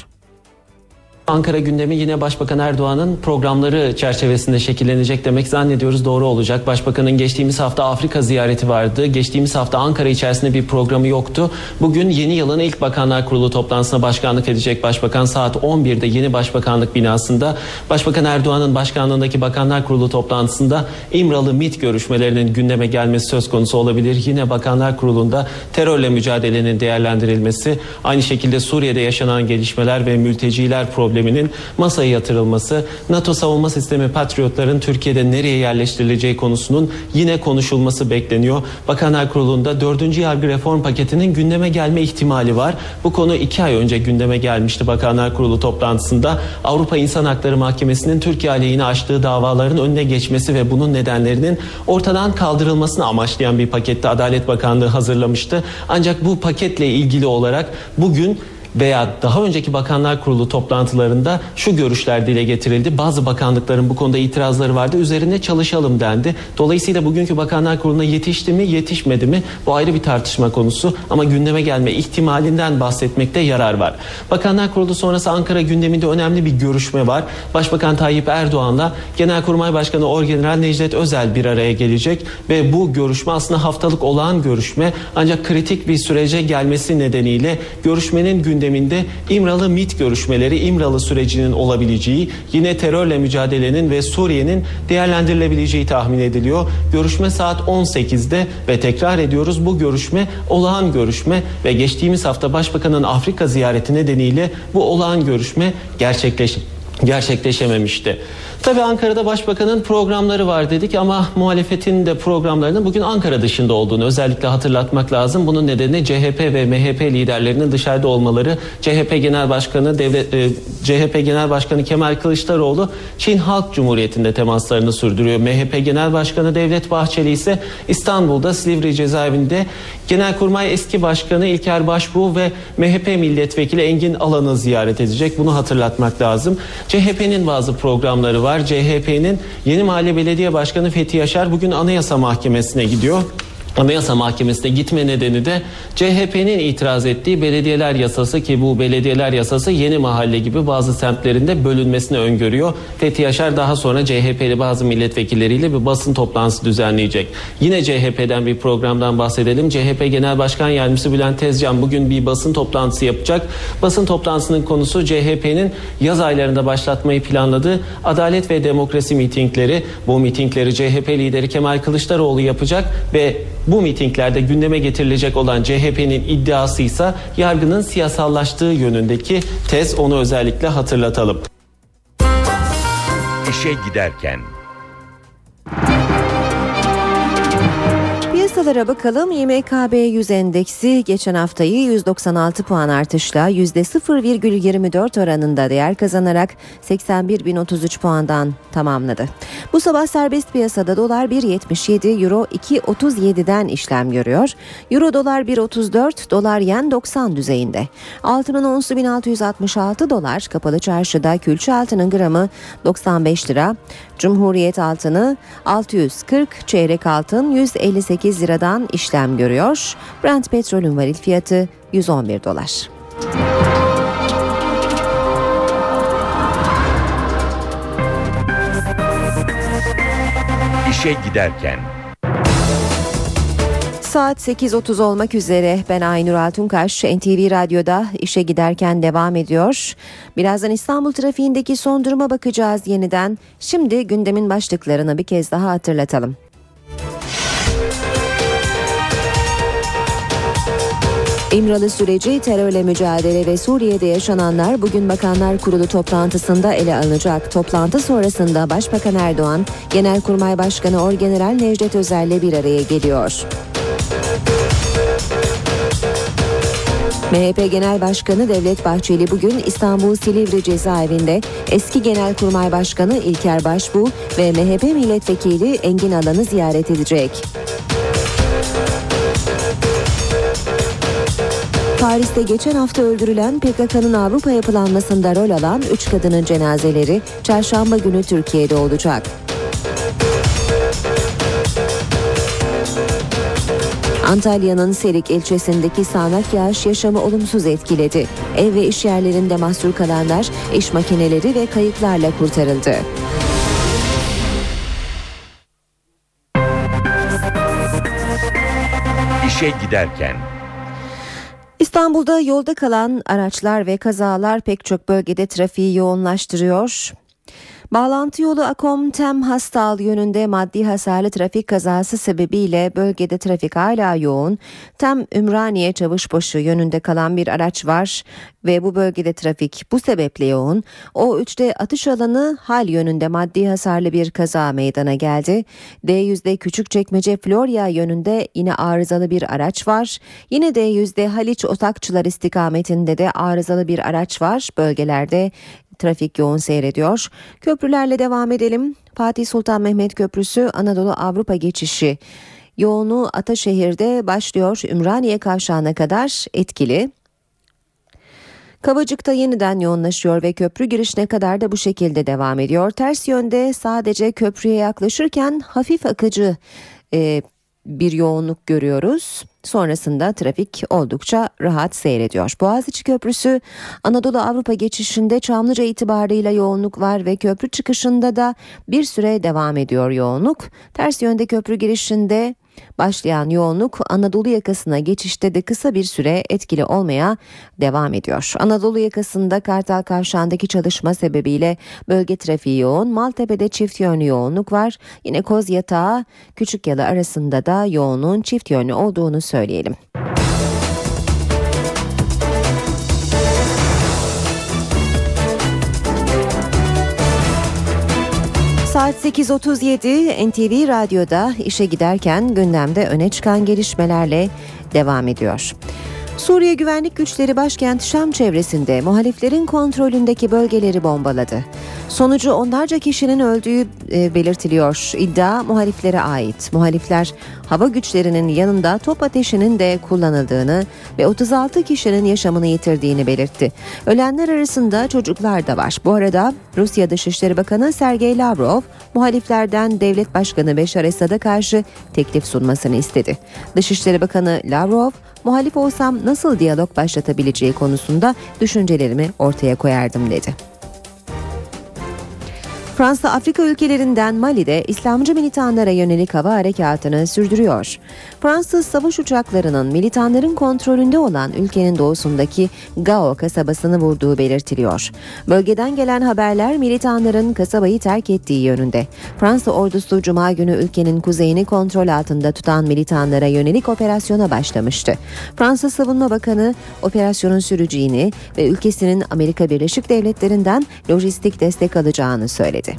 Ankara gündemi yine Başbakan Erdoğan'ın programları çerçevesinde şekillenecek demek zannediyoruz doğru olacak. Başbakanın geçtiğimiz hafta Afrika ziyareti vardı. Geçtiğimiz hafta Ankara içerisinde bir programı yoktu. Bugün yeni yılın ilk Bakanlar Kurulu toplantısına başkanlık edecek Başbakan saat on birde yeni Başbakanlık binasında. Başbakan Erdoğan'ın başkanlığındaki Bakanlar Kurulu toplantısında İmralı MİT görüşmelerinin gündeme gelmesi söz konusu olabilir. Yine Bakanlar Kurulu'nda terörle mücadelenin değerlendirilmesi, aynı şekilde Suriye'de yaşanan gelişmeler ve mülteciler problemi masaya yatırılması, NATO savunma sistemi Patriotların Türkiye'de nereye yerleştirileceği konusunun yine konuşulması bekleniyor. Bakanlar Kurulu'nda dördüncü yargı reform paketinin gündeme gelme ihtimali var. Bu konu iki ay önce gündeme gelmişti Bakanlar Kurulu toplantısında. Avrupa İnsan Hakları Mahkemesi'nin Türkiye aleyhine açtığı davaların önüne geçmesi ve bunun nedenlerinin ortadan kaldırılmasını amaçlayan bir pakette Adalet Bakanlığı hazırlamıştı. Ancak bu paketle ilgili olarak bugün veya daha önceki Bakanlar Kurulu toplantılarında şu görüşler dile getirildi. Bazı bakanlıkların bu konuda itirazları vardı. Üzerine çalışalım dendi. Dolayısıyla bugünkü Bakanlar Kurulu'na yetişti mi, yetişmedi mi? Bu ayrı bir tartışma konusu ama gündeme gelme ihtimalinden bahsetmekte yarar var. Bakanlar Kurulu sonrası Ankara gündeminde önemli bir görüşme var. Başbakan Tayyip Erdoğan'la Genelkurmay Başkanı Orgeneral Necdet Özel bir araya gelecek ve bu görüşme aslında haftalık olağan görüşme, ancak kritik bir sürece gelmesi nedeniyle görüşmenin gündeminde İmralı MİT görüşmeleri, İmralı sürecinin olabileceği, yine terörle mücadelenin ve Suriye'nin değerlendirilebileceği tahmin ediliyor. Görüşme saat on sekizde ve tekrar ediyoruz, bu görüşme olağan görüşme ve geçtiğimiz hafta Başbakanın Afrika ziyareti nedeniyle bu olağan görüşme gerçekleş gerçekleşememişti. Tabii Ankara'da Başbakanın programları var dedik ama muhalefetin de programlarının bugün Ankara dışında olduğunu özellikle hatırlatmak lazım. Bunun nedeni C H P ve M H P liderlerinin dışarıda olmaları. C H P Genel Başkanı Devlet e, C H P Genel Başkanı Kemal Kılıçdaroğlu Çin Halk Cumhuriyeti'nde temaslarını sürdürüyor. M H P Genel Başkanı Devlet Bahçeli ise İstanbul'da Silivri cezaevinde Genelkurmay eski Başkanı İlker Başbuğ ve M H P Milletvekili Engin Alan'ı ziyaret edecek. Bunu hatırlatmak lazım. C H P'nin bazı programları var. C H P'nin Yeni Mahalle Belediye Başkanı Fethi Yaşar bugün Anayasa Mahkemesi'ne gidiyor. Anayasa Mahkemesi'ne gitme nedeni de C H P'nin itiraz ettiği belediyeler yasası, ki bu belediyeler yasası Yeni Mahalle gibi bazı semtlerinde bölünmesini öngörüyor. Fethi Yaşar daha sonra C H P'li bazı milletvekilleriyle bir basın toplantısı düzenleyecek. Yine C H P'den bir programdan bahsedelim. C H P Genel Başkan Yardımcısı Bülent Tezcan bugün bir basın toplantısı yapacak. Basın toplantısının konusu C H P'nin yaz aylarında başlatmayı planladığı adalet ve demokrasi mitingleri. Bu mitingleri C H P lideri Kemal Kılıçdaroğlu yapacak ve bu mitinglerde gündeme getirilecek olan C H P'nin iddiası ise yargının siyasallaştığı yönündeki tez, onu özellikle hatırlatalım.
İşe giderken.
Piyasalara bakalım. İ M K B yüz endeksi geçen haftayı yüz doksan altı puan artışla yüzde sıfır virgül yirmi dört oranında değer kazanarak seksen bir bin otuz üç puandan tamamladı. Bu sabah serbest piyasada dolar bir virgül yetmiş yedi, euro iki virgül otuz yedi'den işlem görüyor. Euro dolar bir virgül otuz dört, dolar yen doksan düzeyinde. Altının onsu bin altı yüz altmış altı dolar, kapalı çarşıda külçe altının gramı doksan beş lira. Cumhuriyet altını altı yüz kırk, çeyrek altın yüz elli sekiz liradan işlem görüyor. Brent petrolün varil fiyatı yüz on bir dolar.
İşe giderken.
Saat sekiz otuz olmak üzere. Ben Aynur Altunkaş. N T V Radyo'da işe giderken devam ediyor. Birazdan İstanbul trafiğindeki son duruma bakacağız yeniden. Şimdi gündemin başlıklarını bir kez daha hatırlatalım. İmralı süreci, terörle mücadele ve Suriye'de yaşananlar bugün Bakanlar Kurulu toplantısında ele alınacak. Toplantı sonrasında Başbakan Erdoğan, Genelkurmay Başkanı Orgeneral Necdet Özel'le bir araya geliyor. M H P Genel Başkanı Devlet Bahçeli bugün İstanbul Silivri cezaevinde eski Genelkurmay Başkanı İlker Başbuğ ve M H P Milletvekili Engin Alan'ı ziyaret edecek. Paris'te geçen hafta öldürülen P K K'nın Avrupa yapılanmasında rol alan üç kadının cenazeleri çarşamba günü Türkiye'de olacak. Antalya'nın Serik ilçesindeki sağanak yağış yaşamı olumsuz etkiledi. Ev ve iş yerlerinde mahsur kalanlar iş makineleri ve kayıklarla kurtarıldı.
İşe giderken.
İstanbul'da yolda kalan araçlar ve kazalar pek çok bölgede trafiği yoğunlaştırıyor. Bağlantı yolu Akom-Tem Hastal yönünde maddi hasarlı trafik kazası sebebiyle bölgede trafik hala yoğun. Tem Ümraniye Çavuşbaşı yönünde kalan bir araç var ve bu bölgede trafik bu sebeple yoğun. O üçte atış alanı Hal yönünde maddi hasarlı bir kaza meydana geldi. D yüzde Küçükçekmece Florya yönünde yine arızalı bir araç var. Yine D yüzde Haliç Otakçılar istikametinde de arızalı bir araç var. Bölgelerde trafik yoğun seyrediyor. Köprülerle devam edelim. Fatih Sultan Mehmet Köprüsü Anadolu Avrupa geçişi yoğunluğu Ataşehir'de başlıyor. Ümraniye kavşağına kadar etkili. Kavacık'ta yeniden yoğunlaşıyor ve köprü girişine kadar da bu şekilde devam ediyor. Ters yönde sadece köprüye yaklaşırken hafif akıcı e, bir yoğunluk görüyoruz. Sonrasında trafik oldukça rahat seyrediyor. Boğaziçi Köprüsü Anadolu Avrupa geçişinde Çamlıca itibarıyla yoğunluk var ve köprü çıkışında da bir süre devam ediyor yoğunluk. Ters yönde köprü girişinde başlayan yoğunluk Anadolu yakasına geçişte de kısa bir süre etkili olmaya devam ediyor. Anadolu yakasında Kartal Kavşağı'ndaki çalışma sebebiyle bölge trafiği yoğun. Maltepe'de çift yönlü yoğunluk var. Yine Kozyatağı Küçükyalı arasında da yoğunluğun çift yönlü olduğunu söyleyelim. Saat sekiz otuz yedi N T V Radyo'da işe giderken gündemde öne çıkan gelişmelerle devam ediyor. Suriye güvenlik güçleri başkent Şam çevresinde muhaliflerin kontrolündeki bölgeleri bombaladı. Sonucu onlarca kişinin öldüğü e, belirtiliyor. İddia muhaliflere ait. Muhalifler hava güçlerinin yanında top ateşinin de kullanıldığını ve otuz altı kişinin yaşamını yitirdiğini belirtti. Ölenler arasında çocuklar da var. Bu arada Rusya Dışişleri Bakanı Sergey Lavrov muhaliflerden devlet başkanı Beşar Esad'a karşı teklif sunmasını istedi. Dışişleri Bakanı Lavrov, muhalif olsam nasıl diyalog başlatabileceği konusunda düşüncelerimi ortaya koyardım dedi. Fransa Afrika ülkelerinden Mali'de İslamcı militanlara yönelik hava harekatını sürdürüyor. Fransız savaş uçaklarının militanların kontrolünde olan ülkenin doğusundaki Gao kasabasını vurduğu belirtiliyor. Bölgeden gelen haberler militanların kasabayı terk ettiği yönünde. Fransa ordusu Cuma günü ülkenin kuzeyini kontrol altında tutan militanlara yönelik operasyona başlamıştı. Fransa Savunma Bakanı operasyonun süreceğini ve ülkesinin Amerika Birleşik Devletleri'nden lojistik destek alacağını söyledi.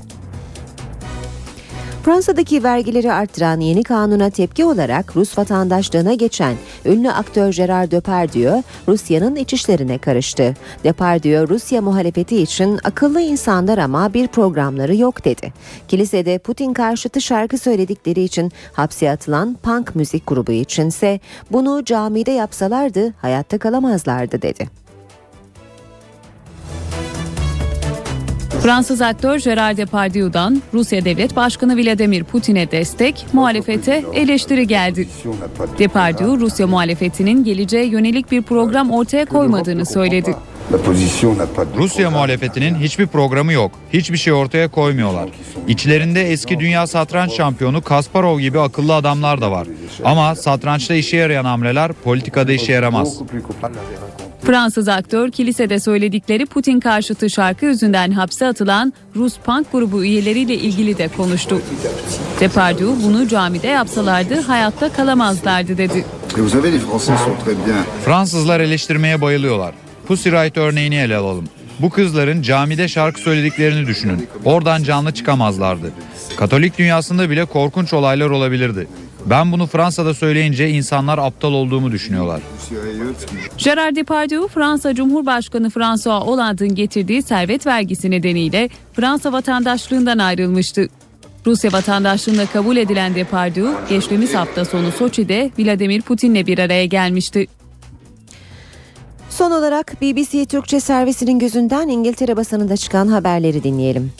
Fransa'daki vergileri arttıran yeni kanuna tepki olarak Rus vatandaşlığına geçen ünlü aktör Gerard Depardieu, Rusya'nın iç işlerine karıştı. Depardieu, Rusya muhalefeti için akıllı insanlar ama bir programları yok dedi. Kilisede Putin karşıtı şarkı söyledikleri için hapse atılan punk müzik grubu içinse bunu camide yapsalardı hayatta kalamazlardı dedi.
Fransız aktör Gerard Depardieu'dan Rusya Devlet Başkanı Vladimir Putin'e destek, muhalefete eleştiri geldi. Depardieu, Rusya muhalefetinin geleceğe yönelik bir program ortaya koymadığını söyledi.
Rusya muhalefetinin hiçbir programı yok. Hiçbir şey ortaya koymuyorlar. İçlerinde eski dünya satranç şampiyonu Kasparov gibi akıllı adamlar da var. Ama satrançta işe yarayan hamleler politikada işe yaramaz.
Fransız aktör kilisede söyledikleri Putin karşıtı şarkı yüzünden hapse atılan Rus punk grubu üyeleriyle ilgili de konuştu. Depardieu bunu camide yapsalardı hayatta kalamazlardı dedi.
Fransızlar eleştirmeye bayılıyorlar. Pussy Riot örneğini ele alalım. Bu kızların camide şarkı söylediklerini düşünün. Oradan canlı çıkamazlardı. Katolik dünyasında bile korkunç olaylar olabilirdi. Ben bunu Fransa'da söyleyince insanlar aptal olduğumu düşünüyorlar.
Gerard Depardieu, Fransa Cumhurbaşkanı François Hollande'ın getirdiği servet vergisi nedeniyle Fransa vatandaşlığından ayrılmıştı. Rusya vatandaşlığında kabul edilen Depardieu, geçtiğimiz hafta sonu Soçi'de Vladimir Putin'le bir araya gelmişti.
Son olarak B B C Türkçe servisinin gözünden İngiltere basınında çıkan haberleri dinleyelim.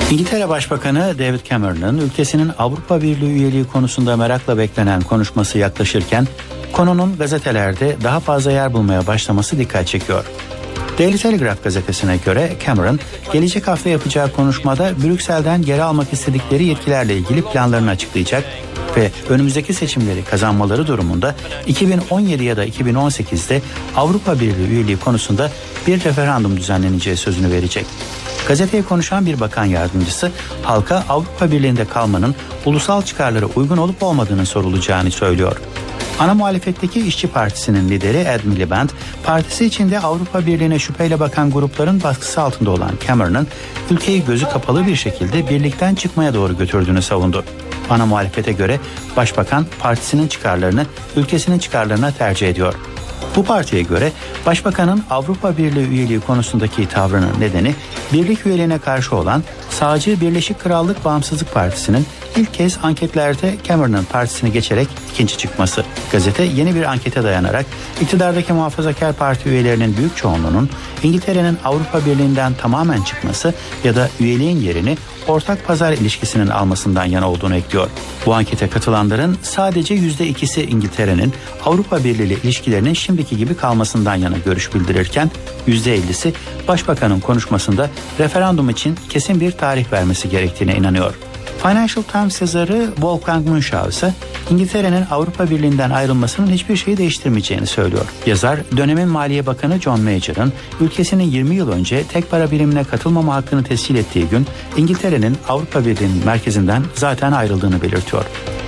İngiltere Başbakanı David Cameron'ın ülkesinin Avrupa Birliği üyeliği konusunda merakla beklenen konuşması yaklaşırken konunun gazetelerde daha fazla yer bulmaya başlaması dikkat çekiyor. Daily Telegraph gazetesine göre Cameron gelecek hafta yapacağı konuşmada Brüksel'den geri almak istedikleri yetkilerle ilgili planlarını açıklayacak ve önümüzdeki seçimleri kazanmaları durumunda iki bin on yedi ya da iki bin on sekizde Avrupa Birliği üyeliği konusunda bir referandum düzenleneceği sözünü verecek. Gazeteye konuşan bir bakan yardımcısı halka Avrupa Birliği'nde kalmanın ulusal çıkarlara uygun olup olmadığını sorulacağını söylüyor. Ana muhalefetteki İşçi Partisi'nin lideri Ed Miliband, partisi içinde Avrupa Birliği'ne şüpheyle bakan grupların baskısı altında olan Cameron'ın ülkeyi gözü kapalı bir şekilde birlikten çıkmaya doğru götürdüğünü savundu. Ana muhalefete göre Başbakan partisinin çıkarlarını ülkesinin çıkarlarına tercih ediyor. Bu partiye göre Başbakanın Avrupa Birliği üyeliği konusundaki tavrının nedeni birlik üyeliğine karşı olan sağcı Birleşik Krallık Bağımsızlık Partisi'nin ilk kez anketlerde Cameron'ın partisini geçerek ikinci çıkması. Gazete yeni bir ankete dayanarak iktidardaki Muhafazakar Parti üyelerinin büyük çoğunluğunun İngiltere'nin Avrupa Birliği'nden tamamen çıkması ya da üyeliğin yerini ortak pazar ilişkisinin almasından yana olduğunu ekliyor. Bu ankete katılanların sadece yüzde ikisi İngiltere'nin Avrupa Birliği ile ilişkilerinin şimdiki gibi kalmasından yana görüş bildirirken yüzde ellisi Başbakanın konuşmasında referandum için kesin bir tarih vermesi gerektiğine inanıyor. Financial Times yazarı Wolfgang Münchau ise İngiltere'nin Avrupa Birliği'nden ayrılmasının hiçbir şeyi değiştirmeyeceğini söylüyor. Yazar, dönemin Maliye Bakanı John Major'ın ülkesinin yirmi yıl önce tek para birimine katılmama hakkını tescil ettiği gün İngiltere'nin Avrupa Birliği'nin merkezinden zaten ayrıldığını belirtiyor.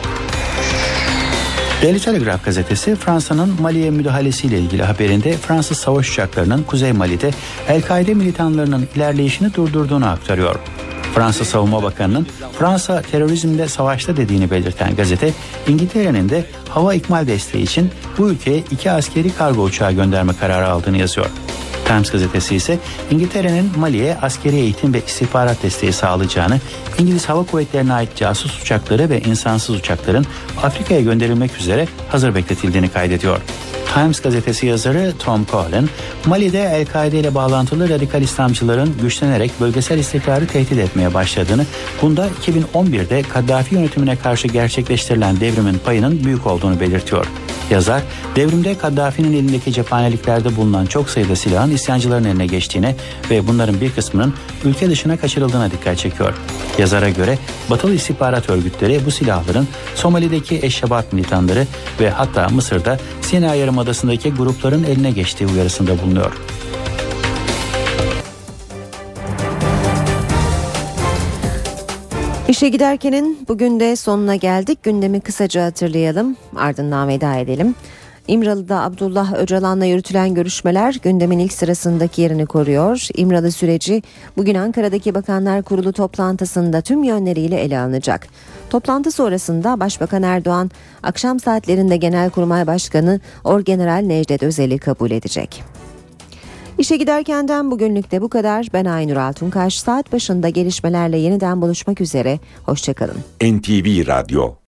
Daily Telegraph gazetesi Fransa'nın Mali'ye müdahalesiyle ilgili haberinde Fransız savaş uçaklarının Kuzey Mali'de El-Kaide militanlarının ilerleyişini durdurduğunu aktarıyor. Fransız Savunma Bakanı'nın Fransa terörizmle savaşta dediğini belirten gazete, İngiltere'nin de hava ikmal desteği için bu ülkeye iki askeri kargo uçağı gönderme kararı aldığını yazıyor. Times gazetesi ise İngiltere'nin Mali'ye askeri eğitim ve istihbarat desteği sağlayacağını, İngiliz Hava Kuvvetleri'ne ait casus uçakları ve insansız uçakların Afrika'ya gönderilmek üzere hazır bekletildiğini kaydediyor. Times gazetesi yazarı Tom Coughlin, Mali'de El-Kaide ile bağlantılı radikal İslamcıların güçlenerek bölgesel istikrarı tehdit etmeye başladığını, bunda iki bin on birde Kaddafi yönetimine karşı gerçekleştirilen devrimin payının büyük olduğunu belirtiyor. Yazar, devrimde Kaddafi'nin elindeki cephaneliklerde bulunan çok sayıda silahın isyancıların eline geçtiğine ve bunların bir kısmının ülke dışına kaçırıldığına dikkat çekiyor. Yazara göre Batılı istihbarat örgütleri bu silahların Somali'deki Eşşebab militanları ve hatta Mısır'da Sina Yarımadası'ndaki grupların eline geçtiği uyarısında bulunuyor.
İşe giderkenin bugün de sonuna geldik. Gündemi kısaca hatırlayalım, ardından veda edelim. İmralı'da Abdullah Öcalan'la yürütülen görüşmeler gündemin ilk sırasındaki yerini koruyor. İmralı süreci bugün Ankara'daki Bakanlar Kurulu toplantısında tüm yönleriyle ele alınacak. Toplantı sonrasında Başbakan Erdoğan akşam saatlerinde Genelkurmay Başkanı Orgeneral Necdet Özel'i kabul edecek. İşe giderkenden bugünlük de bu kadar. Ben Aynur Altunkaş. Saat başında gelişmelerle yeniden buluşmak üzere. Hoşçakalın.
N T V Radyo